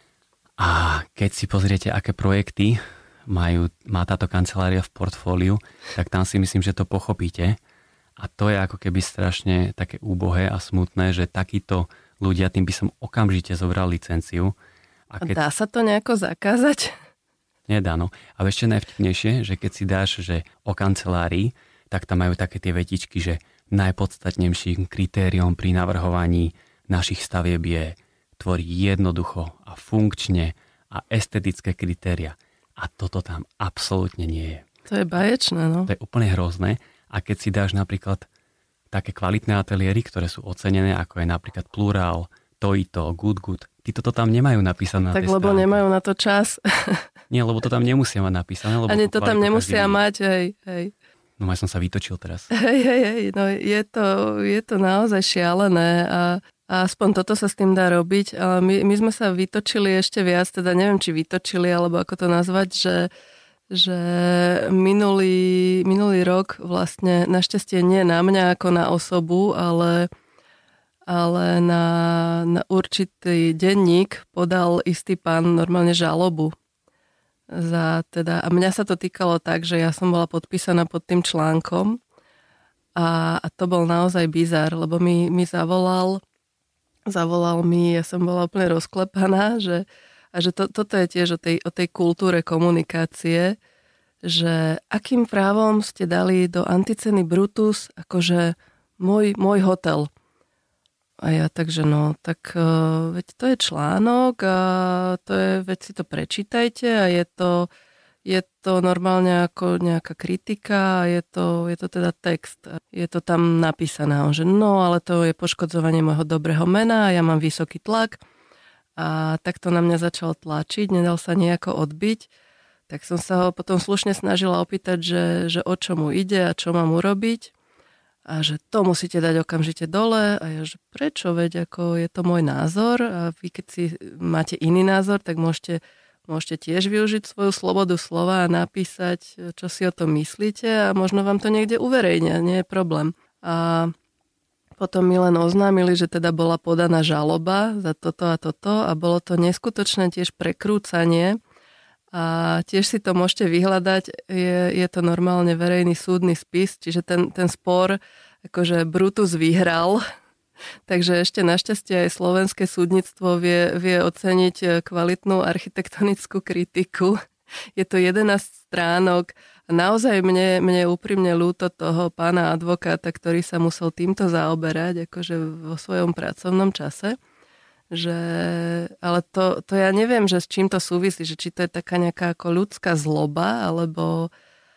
A keď si pozriete, aké projekty má táto kancelária v portfóliu, tak tam si myslím, že to pochopíte. A to je ako keby strašne také úbohé a smutné, že takíto ľudia, tým by som okamžite zobral licenciu. A dá sa to nejako zakázať? Nedá, no. A ešte najvtipnejšie, že keď si dáš, že o kancelárii, tak tam majú také tie vetičky, že najpodstatnejším kritériom pri navrhovaní našich stavieb je tvoriť jednoducho a funkčne a estetické kritéria. A toto tam absolútne nie je. To je baječné, no. To je úplne hrozné. A keď si dáš napríklad také kvalitné ateliéry, ktoré sú ocenené, ako je napríklad Plural, Toito, Good, tí toto tam nemajú napísané na tej stránke. Tak lebo nemajú na to čas. Nie, lebo to tam nemusia mať napísané. Lebo ani to tam nemusia mať, hej. No aj som sa vytočil teraz. Hej, no je to naozaj šialené a aspoň toto sa s tým dá robiť, ale my sme sa vytočili ešte viac, teda neviem, či vytočili, alebo ako to nazvať, že minulý rok vlastne, našťastie nie na mňa ako na osobu, ale na určitý denník podal istý pán normálne žalobu. A mňa sa to týkalo tak, že ja som bola podpísaná pod tým článkom a to bol naozaj bizár, lebo mi zavolal mi, ja som bola úplne rozklepaná, že toto je tiež o tej kultúre komunikácie, že akým právom ste dali do anticeny Brutus akože môj hotel. A ja takže veď to je článok a veď si to prečítajte a je to normálne ako nejaká kritika a je to teda text. Je to tam napísané, že ale to je poškodzovanie môjho dobrého mena a ja mám vysoký tlak. A tak to na mňa začal tlačiť, nedal sa nejako odbiť. Tak som sa ho potom slušne snažila opýtať, že o čo mu ide a čo mám urobiť. a že to musíte dať okamžite dole a ja, že prečo, veď ako je to môj názor a vy keď si máte iný názor, tak môžete tiež využiť svoju slobodu slova a napísať, čo si o tom myslíte a možno vám to niekde uverejnia, nie je problém. A potom mi len oznámili, že teda bola podaná žaloba za toto a toto a bolo to neskutočné tiež prekrúcanie a tiež si to môžete vyhľadať, je to normálne verejný súdny spis, čiže ten spor, akože Brutus vyhral, takže ešte našťastie aj slovenské súdnictvo vie oceniť kvalitnú architektonickú kritiku. Je to 11 stránok a naozaj mne je úprimne ľúto toho pána advokáta, ktorý sa musel týmto zaoberať akože vo svojom pracovnom čase. Ale to ja neviem, že s čím to súvisí, že či to je taká nejaká ako ľudská zloba, alebo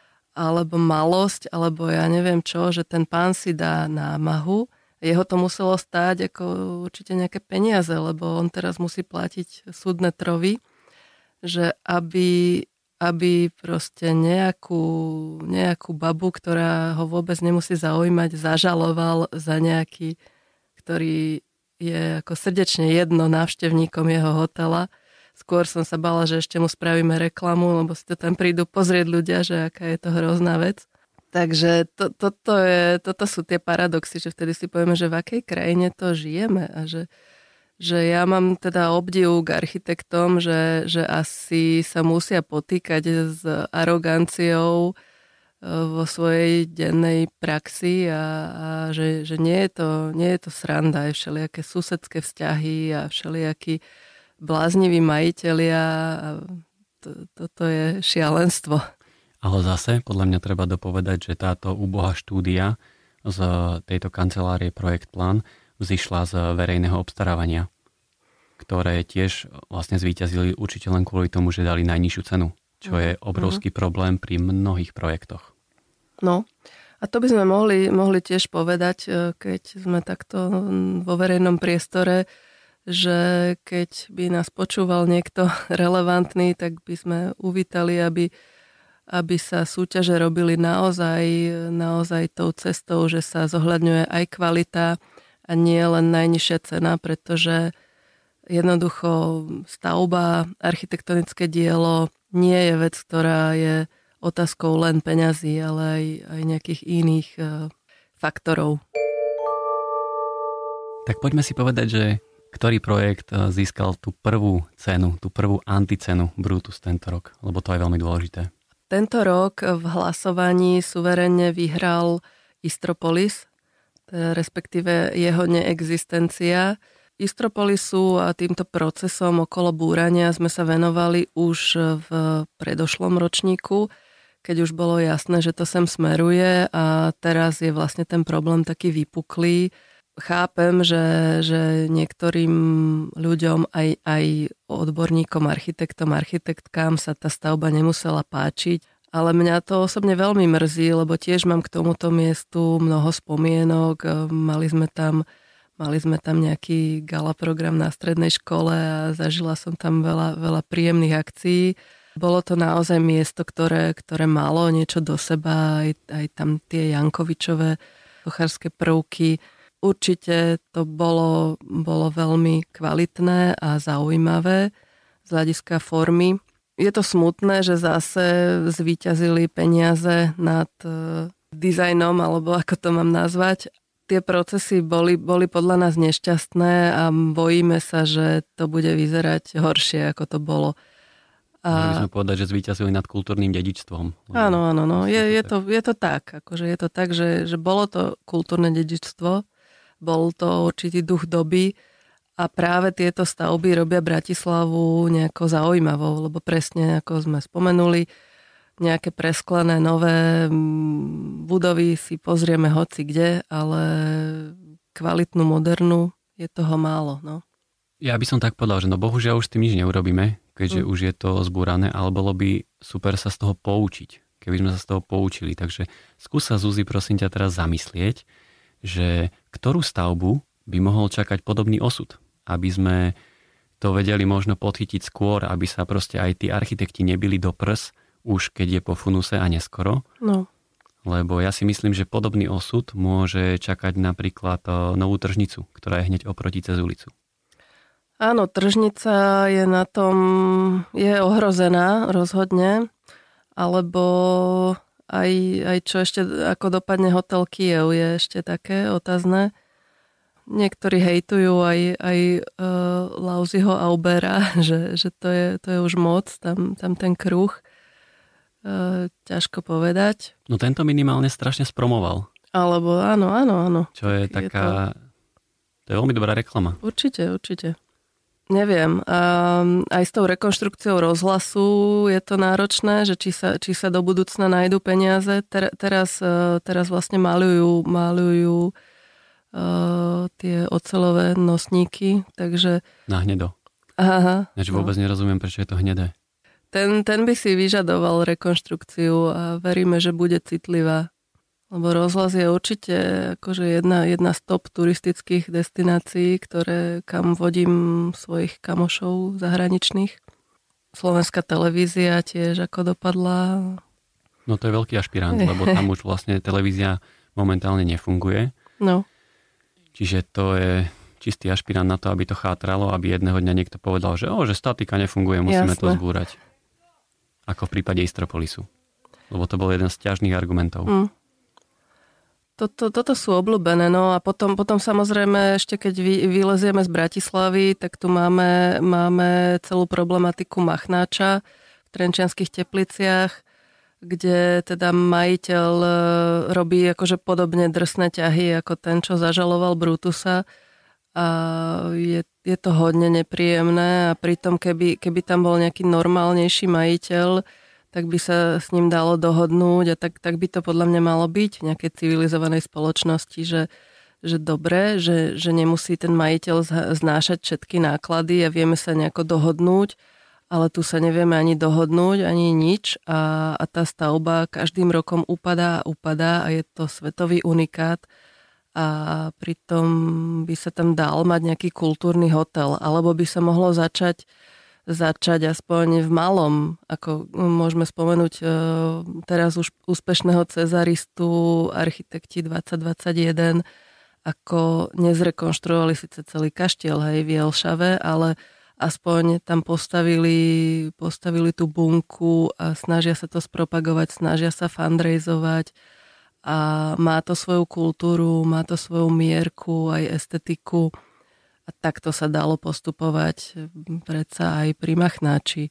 malosť, alebo ja neviem čo, že ten pán si dá námahu. Jeho to muselo stáť ako určite nejaké peniaze, lebo on teraz musí platiť súdne trovy, že aby proste nejakú babu, ktorá ho vôbec nemusí zaujímať, zažaloval za nejaký, ktorý je ako srdečne jedno návštevníkom jeho hotela. Skôr som sa bála, že ešte mu spravíme reklamu, lebo si to tam prídu pozrieť ľudia, že aká je to hrozná vec. Takže toto sú tie paradoxy, že vtedy si povieme, že v akej krajine to žijeme a že ja mám teda obdiv k architektom, že asi sa musia potýkať s aroganciou vo svojej dennej praxi a že nie je to sranda, aj všelijaké susedské vzťahy a všelijakí blázniví majitelia a toto je šialenstvo. Ale zase, podľa mňa treba dopovedať, že táto úbohá štúdia z tejto kancelárie Projektplan vzýšla z verejného obstarávania, ktoré tiež vlastne zvíťazili určite len kvôli tomu, že dali najnižšiu cenu, čo je obrovský problém pri mnohých projektoch. No, a to by sme mohli tiež povedať, keď sme takto vo verejnom priestore, že keď by nás počúval niekto relevantný, tak by sme uvítali, aby sa súťaže robili naozaj tou cestou, že sa zohľadňuje aj kvalita a nie len najnižšia cena, pretože jednoducho stavba, architektonické dielo nie je vec, ktorá je otázkou len peňazí, ale aj nejakých iných faktorov. Tak poďme si povedať, že ktorý projekt získal tú prvú cenu, tú prvú anticenu Brutus tento rok, lebo to je veľmi dôležité. Tento rok v hlasovaní suverenne vyhral Istropolis, respektíve jeho neexistencia. Istropolisu a týmto procesom okolo búrania sme sa venovali už v predošlom ročníku, keď už bolo jasné, že to sem smeruje a teraz je vlastne ten problém taký vypuklý. Chápem, že niektorým ľuďom, aj odborníkom, architektom, architektkám sa tá stavba nemusela páčiť, ale mňa to osobne veľmi mrzí, lebo tiež mám k tomuto miestu mnoho spomienok. Mali sme tam nejaký gala program na strednej škole a zažila som tam veľa príjemných akcií. Bolo to naozaj miesto, ktoré malo niečo do seba, aj tam tie Jankovičové sochárske prvky. Určite to bolo veľmi kvalitné a zaujímavé z hľadiska formy. Je to smutné, že zase zvíťazili peniaze nad dizajnom, alebo ako to mám nazvať. Tie procesy boli podľa nás nešťastné a bojíme sa, že to bude vyzerať horšie, ako to bolo. Mohli sme povedať, že zvíťazili nad kultúrnym dedičstvom. Áno. Je to tak. Akože je to tak, že bolo to kultúrne dedičstvo, bol to určitý duch doby a práve tieto stavby robia Bratislavu nejako zaujímavou, lebo presne ako sme spomenuli, nejaké presklené nové budovy si pozrieme hoci kde, ale kvalitnú, modernú je toho málo. No. Ja by som tak povedal, že bohužiaľ už s tým nič neurobíme, keďže už je to zbúrané, ale bolo by super sa z toho poučiť, keby sme sa z toho poučili. Takže skús sa, Zuzi, prosím ťa teraz zamyslieť, že ktorú stavbu by mohol čakať podobný osud, aby sme to vedeli možno podchytiť skôr, aby sa proste aj tí architekti nebili do prs, už keď je po funuse a neskoro. No. Lebo ja si myslím, že podobný osud môže čakať napríklad Novú Tržnicu, ktorá je hneď oproti cez ulicu. Áno, Tržnica je na tom, je ohrozená rozhodne, alebo aj čo ešte, ako dopadne hotel Kyjev, je ešte také otázne. Niektorí hejtujú aj Lauziho Aubera, že to je už moc, tam ten kruh. Ťažko povedať. No tento minimálne strašne spromoval. Alebo áno. Čo je taká... To je veľmi dobrá reklama. Určite. Neviem. Aj s tou rekonštrukciou rozhlasu je to náročné, že či sa do budúcna nájdu peniaze. Teraz vlastne maľujú tie oceľové nosníky, takže... Na hnedo. Aha. Ja vôbec nerozumiem, prečo je to hnedé. Ten by si vyžadoval rekonštrukciu a veríme, že bude citlivá. Lebo rozhlas je určite akože jedna z top turistických destinácií, kam vodím svojich kamošov zahraničných. Slovenská televízia tiež ako dopadla. No to je veľký ašpirant, lebo tam už vlastne televízia momentálne nefunguje. No. Čiže to je čistý ašpirant na to, aby to chátralo, aby jedného dňa niekto povedal, že statika nefunguje, musíme to zbúrať. Ako v prípade Istropolisu. Lebo to bol jeden z ťažných argumentov. Toto sú obľúbené. No a potom samozrejme, ešte keď vylezieme z Bratislavy, tak tu máme celú problematiku Machnáča v Trenčianskych Tepliciach, kde teda majiteľ robí akože podobne drsné ťahy ako ten, čo zažaloval Brutusa. A je to hodne nepríjemné a pritom keby tam bol nejaký normálnejší majiteľ, tak by sa s ním dalo dohodnúť a tak by to podľa mňa malo byť v nejakej civilizovanej spoločnosti, že dobre, že nemusí ten majiteľ znášať všetky náklady a vieme sa nejako dohodnúť, ale tu sa nevieme ani dohodnúť, ani nič a tá stavba každým rokom upadá a je to svetový unikát. A pritom by sa tam dal mať nejaký kultúrny hotel, alebo by sa mohlo začať aspoň v malom, ako môžeme spomenúť teraz už úspešného cezaristu Architekti 2021, ako nezrekonštruovali síce celý kaštiel, hej, v Jelšave, ale aspoň tam postavili tú bunku a snažia sa to spropagovať, snažia sa fundraizovať. A má to svoju kultúru, má to svoju mierku, aj estetiku. A takto sa dalo postupovať predsa aj pri Machnáči.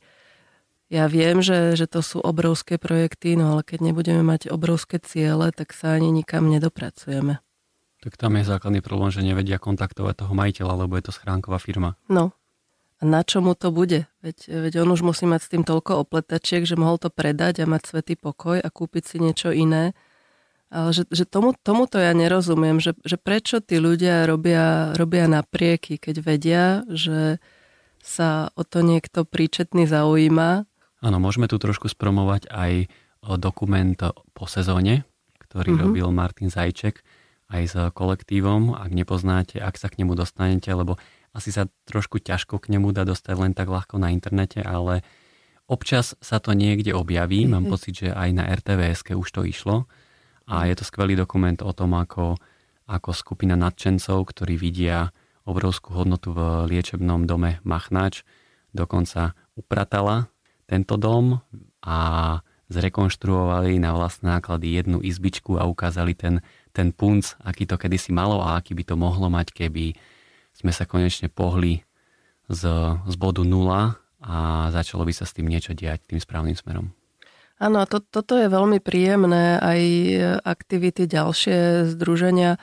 Ja viem, že to sú obrovské projekty, no ale keď nebudeme mať obrovské ciele, tak sa ani nikam nedopracujeme. Tak tam je základný problém, že nevedia kontaktovať toho majiteľa, lebo je to schránková firma. No. A na čo mu to bude? Veď on už musí mať s tým toľko opletačiek, že mohol to predať a mať svätý pokoj a kúpiť si niečo iné. Ale že tomuto ja nerozumiem, že prečo tí ľudia robia naprieky, keď vedia, že sa o to niekto príčetný zaujíma. Áno, môžeme tu trošku spromovať aj dokument po sezóne, ktorý robil Martin Zajček aj s kolektívom. Ak nepoznáte, ak sa k nemu dostanete, lebo asi sa trošku ťažko k nemu dá dostať len tak ľahko na internete, ale občas sa to niekde objaví. Mám pocit, že aj na RTVS-ke už to išlo. A je to skvelý dokument o tom, ako skupina nadšencov, ktorí vidia obrovskú hodnotu v liečebnom dome Machnáč, dokonca upratala tento dom a zrekonštruovali na vlastné náklady jednu izbičku a ukázali ten punc, aký to kedysi malo a aký by to mohlo mať, keby sme sa konečne pohli z bodu 0 a začalo by sa s tým niečo diať tým správnym smerom. Áno, a toto je veľmi príjemné, aj aktivity ďalšie združenia,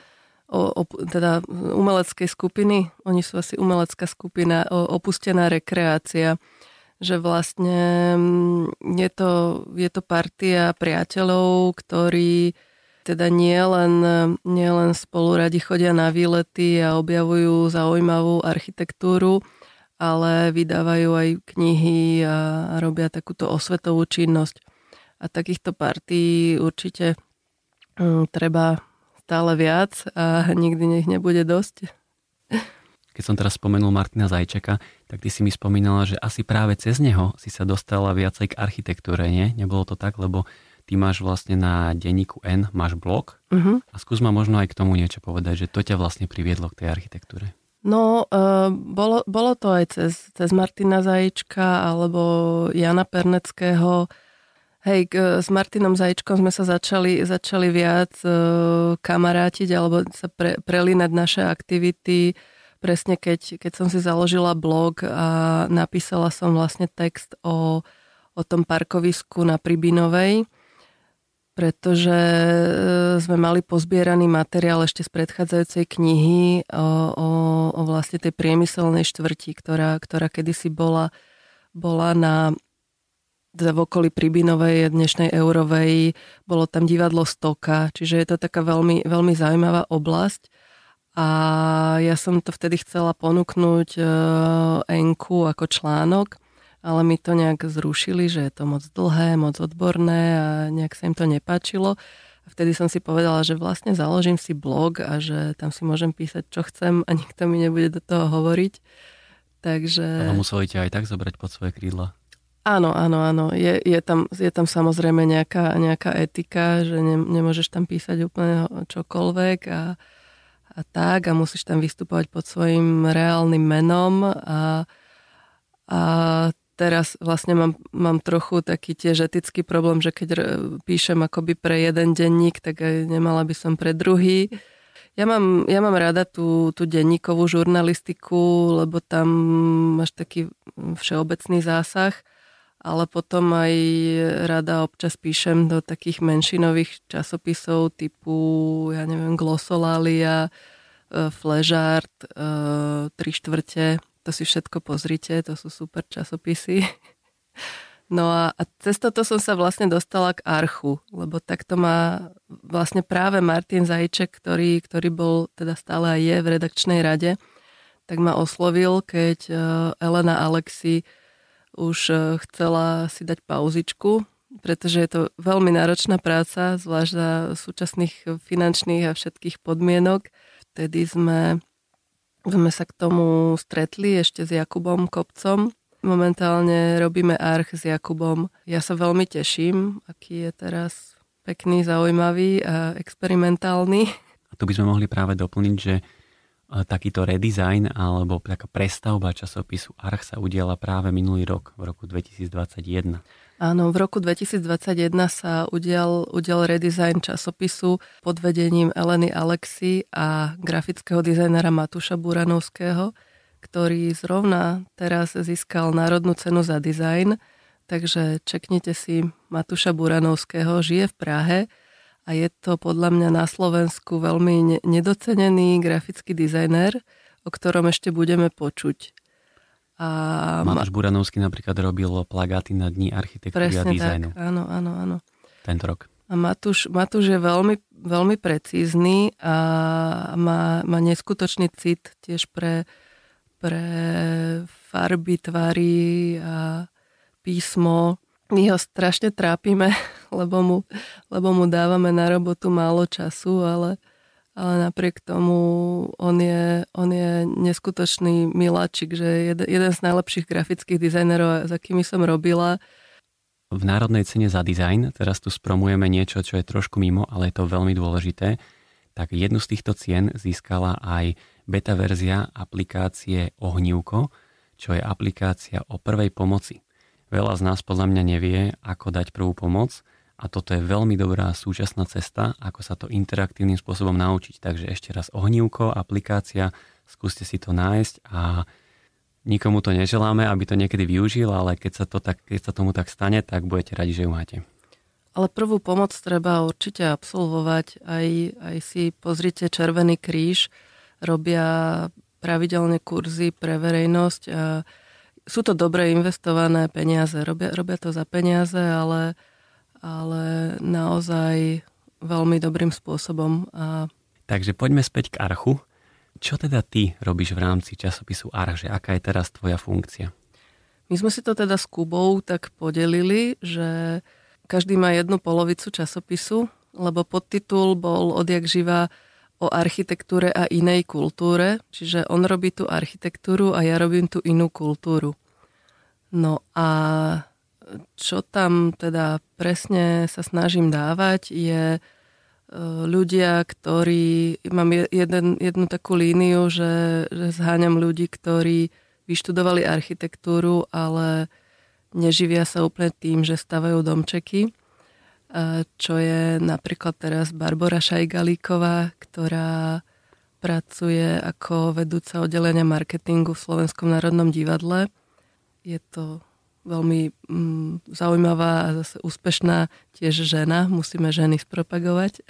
teda umeleckej skupiny, oni sú asi umelecká skupina, opustená rekreácia, že vlastne je to partia priateľov, ktorí teda nie len spolu radi chodia na výlety a objavujú zaujímavú architektúru, ale vydávajú aj knihy a robia takúto osvetovú činnosť. A takýchto partí určite treba stále viac a nikdy nech nebude dosť. Keď som teraz spomenul Martina Zajčeka, tak ty si mi spomínala, že asi práve cez neho si sa dostala viacej k architektúre, nie? Nebolo to tak, lebo ty máš vlastne na denníku N, máš blog a skús ma možno aj k tomu niečo povedať, že to ťa vlastne priviedlo k tej architektúre. No, bolo to aj cez Martina Zajíčka alebo Jana Perneckého. Hej, s Martinom Zajíčkom sme sa začali viac kamarátiť alebo sa prelínať naše aktivity. Presne keď som si založila blog a napísala som vlastne text o tom parkovisku na Pribinovej, pretože sme mali pozbieraný materiál ešte z predchádzajúcej knihy o vlastne tej priemyselnej štvrti, ktorá kedysi bola na v okolí Pribinovej, dnešnej Eurovej, bolo tam divadlo Stoka, čiže je to taká veľmi, veľmi zaujímavá oblasť. A ja som to vtedy chcela ponúknuť Enku ako článok, ale mi to nejak zrušili, že je to moc dlhé, moc odborné a nejak sa im to nepáčilo. A vtedy som si povedala, že vlastne založím si blog a že tam si môžem písať, čo chcem a nikto mi nebude do toho hovoriť. Takže... Ale museli ťa aj tak zobrať pod svoje krídla. Áno. Je tam samozrejme nejaká etika, že nemôžeš tam písať úplne čokoľvek a tak a musíš tam vystupovať pod svojim reálnym menom a teraz vlastne mám trochu taký tiež etický problém, že keď píšem akoby pre jeden denník, tak aj nemala by som pre druhý. Ja mám rada tú denníkovú žurnalistiku, lebo tam máš taký všeobecný zásah, ale potom aj rada občas píšem do takých menšinových časopisov typu, ja neviem, Glossolalia, Fležart, 3/4. To si všetko pozrite, to sú super časopisy. No a cez toto som sa vlastne dostala k Archu, lebo takto ma vlastne práve Martin Zajíček, ktorý bol teda stále aj je v redakčnej rade, tak ma oslovil, keď Elena Alexi už chcela si dať pauzičku, pretože je to veľmi náročná práca, zvlášť za súčasných finančných a všetkých podmienok. Vtedy sme sa k tomu stretli ešte s Jakubom Kopcom. Momentálne robíme Arch s Jakubom. Ja sa veľmi teším, aký je teraz pekný, zaujímavý a experimentálny. A tu by sme mohli práve doplniť, že takýto redesign alebo taká prestavba časopisu Arch sa udiala práve minulý rok, v roku 2021. Áno, v roku 2021 sa udial redesign časopisu pod vedením Eleny Alexi a grafického dizajnera Matúša Buranovského, ktorý zrovna teraz získal Národnú cenu za dizajn. Takže čeknite si Matúša Buranovského, žije v Prahe a je to podľa mňa na Slovensku veľmi nedocenený grafický dizajner, o ktorom ešte budeme počuť. Matúš Buranovský napríklad robil plagáty na Dni architektúry a dizajnu. Tak, áno. Tento rok. A Matúš je veľmi, veľmi precízny a má neskutočný cit tiež pre farby, tvary a písmo. My ho strašne trápime, lebo mu dávame na robotu málo času, ale napriek tomu on je neskutočný miláčik, že jeden z najlepších grafických dizajnerov, za akými som robila. V Národnej cene za dizajn, teraz tu spromujeme niečo, čo je trošku mimo, ale je to veľmi dôležité, tak jednu z týchto cien získala aj beta verzia aplikácie Ohnívko, čo je aplikácia o prvej pomoci. Veľa z nás podľa mňa nevie, ako dať prvú pomoc, a toto je veľmi dobrá súčasná cesta, ako sa to interaktívnym spôsobom naučiť. Takže ešte raz Ohnívko, aplikácia, skúste si to nájsť a nikomu to neželáme, aby to niekedy využil, ale keď sa tomu tak stane, tak budete radi, že ju máte. Ale prvú pomoc treba určite absolvovať. Aj si pozrite Červený kríž, robia pravidelne kurzy pre verejnosť. A sú to dobre investované peniaze. Robia to za peniaze, ale naozaj veľmi dobrým spôsobom. Takže poďme späť k Archu. Čo teda ty robíš v rámci časopisu Arch? Aká je teraz tvoja funkcia? My sme si to teda s Kubou tak podelili, že každý má jednu polovicu časopisu, lebo podtitul bol odjak živa o architektúre a inej kultúre, čiže on robí tú architektúru a ja robím tú inú kultúru. No a čo tam teda presne sa snažím dávať, je ľudia, ktorí... Mám jednu takú líniu, že zháňam ľudí, ktorí vyštudovali architektúru, ale neživia sa úplne tým, že stavajú domčeky. Čo je napríklad teraz Barbora Šajgalíková, ktorá pracuje ako vedúca oddelenia marketingu v Slovenskom národnom divadle. Je to veľmi zaujímavá a zase úspešná tiež žena. Musíme ženy spropagovať.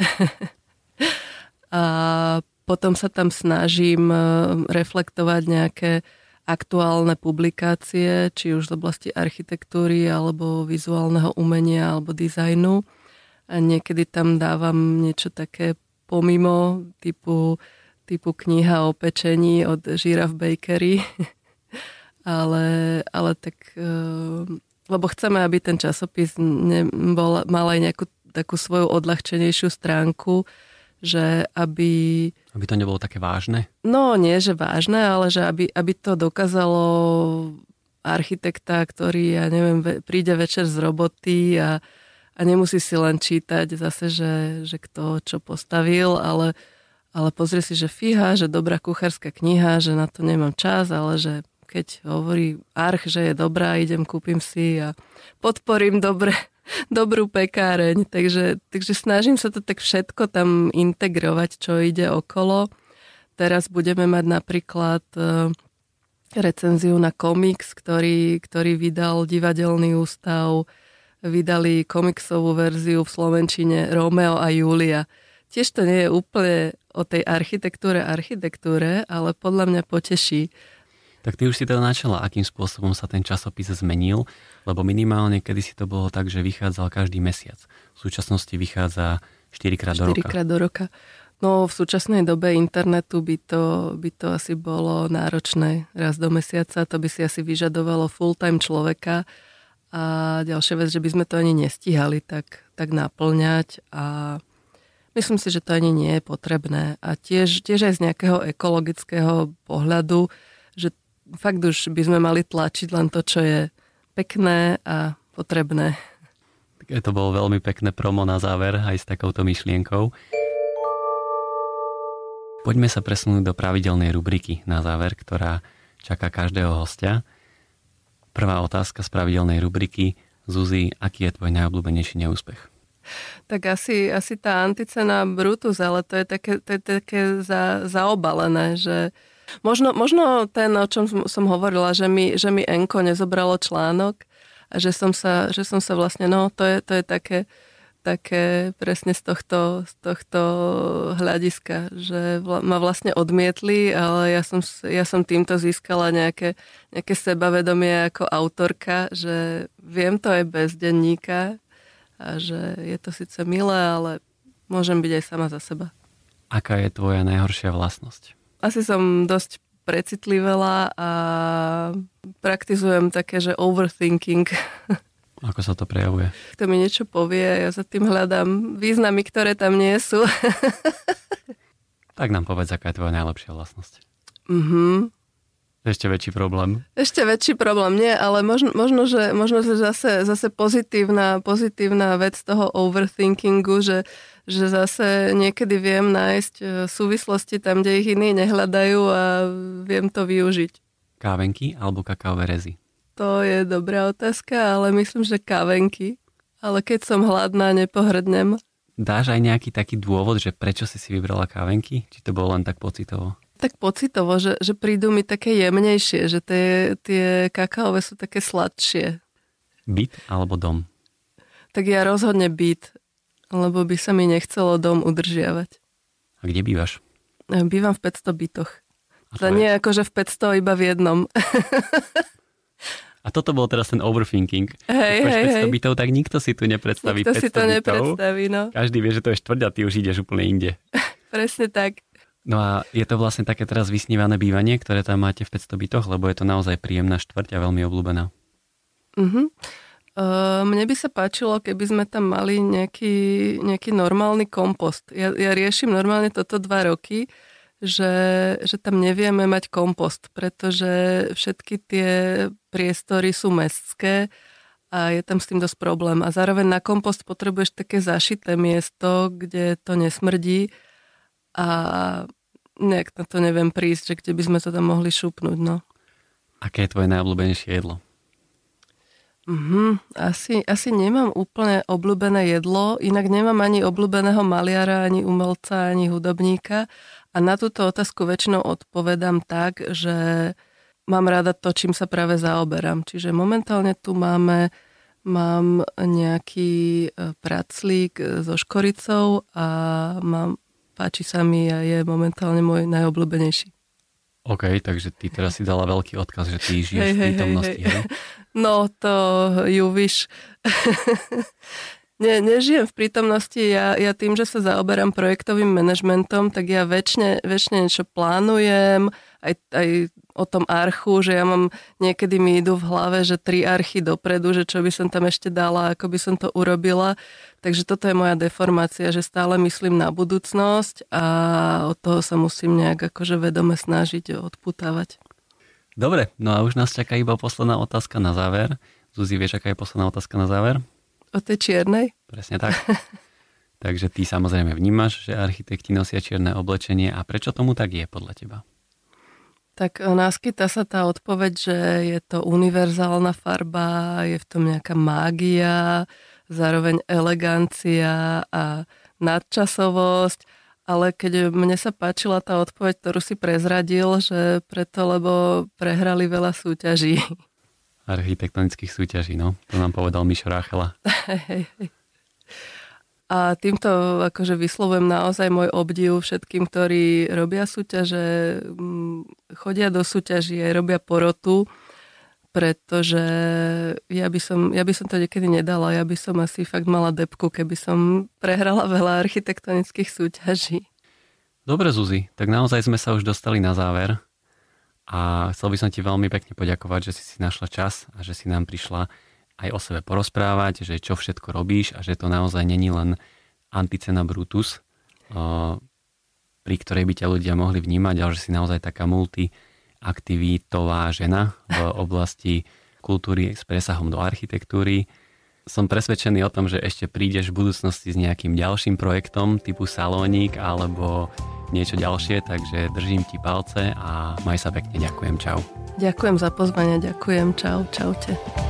A potom sa tam snažím reflektovať nejaké aktuálne publikácie, či už z oblasti architektúry, alebo vizuálneho umenia, alebo dizajnu. A niekedy tam dávam niečo také pomimo, typu kniha o pečení od Giraffe Bakery. ale tak, lebo chceme, aby ten časopis mal aj nejakú takú svoju odľahčenejšiu stránku, že aby to nebolo také vážne? No, nie, že vážne, ale že aby to dokázalo architekta, ktorý, ja neviem, príde večer z roboty a nemusí si len čítať zase, že kto čo postavil, ale pozrie si, že fíha, že dobrá kuchárska kniha, že na to nemám čas, ale že keď hovorí Arch, že je dobrá, idem, kúpim si a podporím dobrú pekáreň. Takže snažím sa to tak všetko tam integrovať, čo ide okolo. Teraz budeme mať napríklad recenziu na komiks, ktorý vydal Divadelný ústav. Vydali komiksovú verziu v slovenčine Romeo a Julia. Tiež to nie je úplne o tej architektúre, ale podľa mňa poteší. Tak ty už si teda načala, akým spôsobom sa ten časopis zmenil, lebo minimálne kedysi to bolo tak, že vychádzal každý mesiac. V súčasnosti vychádza 4-krát do roka. 4-krát do roka. No v súčasnej dobe internetu by to asi bolo náročné raz do mesiaca, to by si asi vyžadovalo full-time človeka a ďalšia vec, že by sme to ani nestíhali tak naplňať a myslím si, že to ani nie je potrebné. A tiež aj z nejakého ekologického pohľadu, že fakt už by sme mali tlačiť len to, čo je pekné a potrebné. Tak to bolo veľmi pekné promo na záver, aj s takouto myšlienkou. Poďme sa presunúť do pravidelnej rubriky na záver, ktorá čaká každého hostia. Prvá otázka z pravidelnej rubriky. Zuzi, aký je tvoj najobľúbenejší neúspech? Tak asi tá Anticena Brutus, ale to je také zaobalené, že Možno ten, o čom som hovorila, že mi Enko nezobralo článok a že som sa vlastne, to je také presne z tohto hľadiska, že ma vlastne odmietli, ale ja som týmto získala nejaké sebavedomie ako autorka, že viem to aj bez denníka a že je to síce milé, ale môžem byť aj sama za seba. Aká je tvoja najhoršia vlastnosť? Asi som dosť precitlivela a praktizujem také, že overthinking. Ako sa to prejavuje? Kto mi niečo povie, ja za tým hľadám významy, ktoré tam nie sú. Tak nám povedz, aká je tvoja najlepšia vlastnosť. Ešte väčší problém. Nie, ale možno že zase pozitívna vec toho overthinkingu, že zase niekedy viem nájsť súvislosti tam, kde ich iní nehľadajú a viem to využiť. Kávenky alebo kakaové rezy? To je dobrá otázka, ale myslím, že kávenky. Ale keď som hladná, nepohrdnem. Dáš aj nejaký taký dôvod, že prečo si vybrala kávenky? Či to bolo len tak pocitovo? Tak pocitovo, že prídu mi také jemnejšie, že tie kakaové sú také sladšie. Byt alebo dom? Tak ja rozhodne byt, lebo by sa mi nechcelo dom udržiavať. A kde bývaš? Bývam v 500 bytoch. To nie je akože v 500 iba v jednom. A toto bol teraz ten overthinking. Hej. 500 bytov, tak nikto si tu nepredstaví 500 bytov. Nikto si to nepredstaví, no. Každý vie, že to je štvrť a ty už ideš úplne inde. Presne tak. No a je to vlastne také teraz vysnívané bývanie, ktoré tam máte v 500 bytoch, lebo je to naozaj príjemná štvrť a veľmi obľúbená. Mne by sa páčilo, keby sme tam mali nejaký normálny kompost. Ja riešim normálne toto 2 roky, že tam nevieme mať kompost, pretože všetky tie priestory sú mestské a je tam s tým dosť problém. A zároveň na kompost potrebuješ také zašité miesto, kde to nesmrdí a nejak na to neviem prísť, že kde by sme to tam mohli šupnúť, no. Aké je tvoje najobľúbenejšie jedlo? Asi nemám úplne obľúbené jedlo, inak nemám ani obľúbeného maliara, ani umelca, ani hudobníka a na túto otázku väčšinou odpovedám tak, že mám rada to, čím sa práve zaoberám. Čiže momentálne tu mám nejaký praclík so škoricou a páči sa mi a je momentálne môj najobľúbenejší. OK, takže ty teraz si dala veľký odkaz, že ty žiješ v prítomnosti. Hej. No, to ju víš. Nežijem v prítomnosti. Ja tým, že sa zaoberám projektovým manažmentom, tak ja väčšine niečo plánujem, aj o tom archu, že ja mám, niekedy mi idú v hlave, že 3 archy dopredu, že čo by som tam ešte dala, ako by som to urobila. Takže toto je moja deformácia, že stále myslím na budúcnosť a od toho sa musím nejak akože vedome snažiť odputávať. Dobre, no a už nás čaká iba posledná otázka na záver. Zuzi, vieš, aká je posledná otázka na záver? O tej čiernej? Presne tak. Takže ty samozrejme vnímaš, že architekti nosia čierne oblečenie a prečo tomu tak je podľa teba? Tak naskytá sa tá odpoveď, že je to univerzálna farba, je v tom nejaká mágia, zároveň elegancia a nadčasovosť, ale keď mne sa páčila tá odpoveď, ktorú si prezradil, že preto, lebo prehrali veľa súťaží. Architektonických súťaží, no. To nám povedal Mišo Ráchela. A týmto akože vyslovujem naozaj môj obdiv všetkým, ktorí robia súťaže, chodia do súťaží, robia porotu, pretože ja by som to niekedy nedala. Ja by som asi fakt mala depku, keby som prehrala veľa architektonických súťaží. Dobre, Zuzi, tak naozaj sme sa už dostali na záver a chcel by som ti veľmi pekne poďakovať, že si našla čas a že si nám prišla aj o sebe porozprávať, že čo všetko robíš a že to naozaj není len Anticena Brutus, pri ktorej by ťa ľudia mohli vnímať, ale že si naozaj taká multiaktivitová žena v oblasti kultúry s presahom do architektúry. Som presvedčený o tom, že ešte prídeš v budúcnosti s nejakým ďalším projektom typu salónik alebo niečo ďalšie, takže držím ti palce a maj sa pekne, ďakujem, čau. Ďakujem za pozvanie, ďakujem, čaute.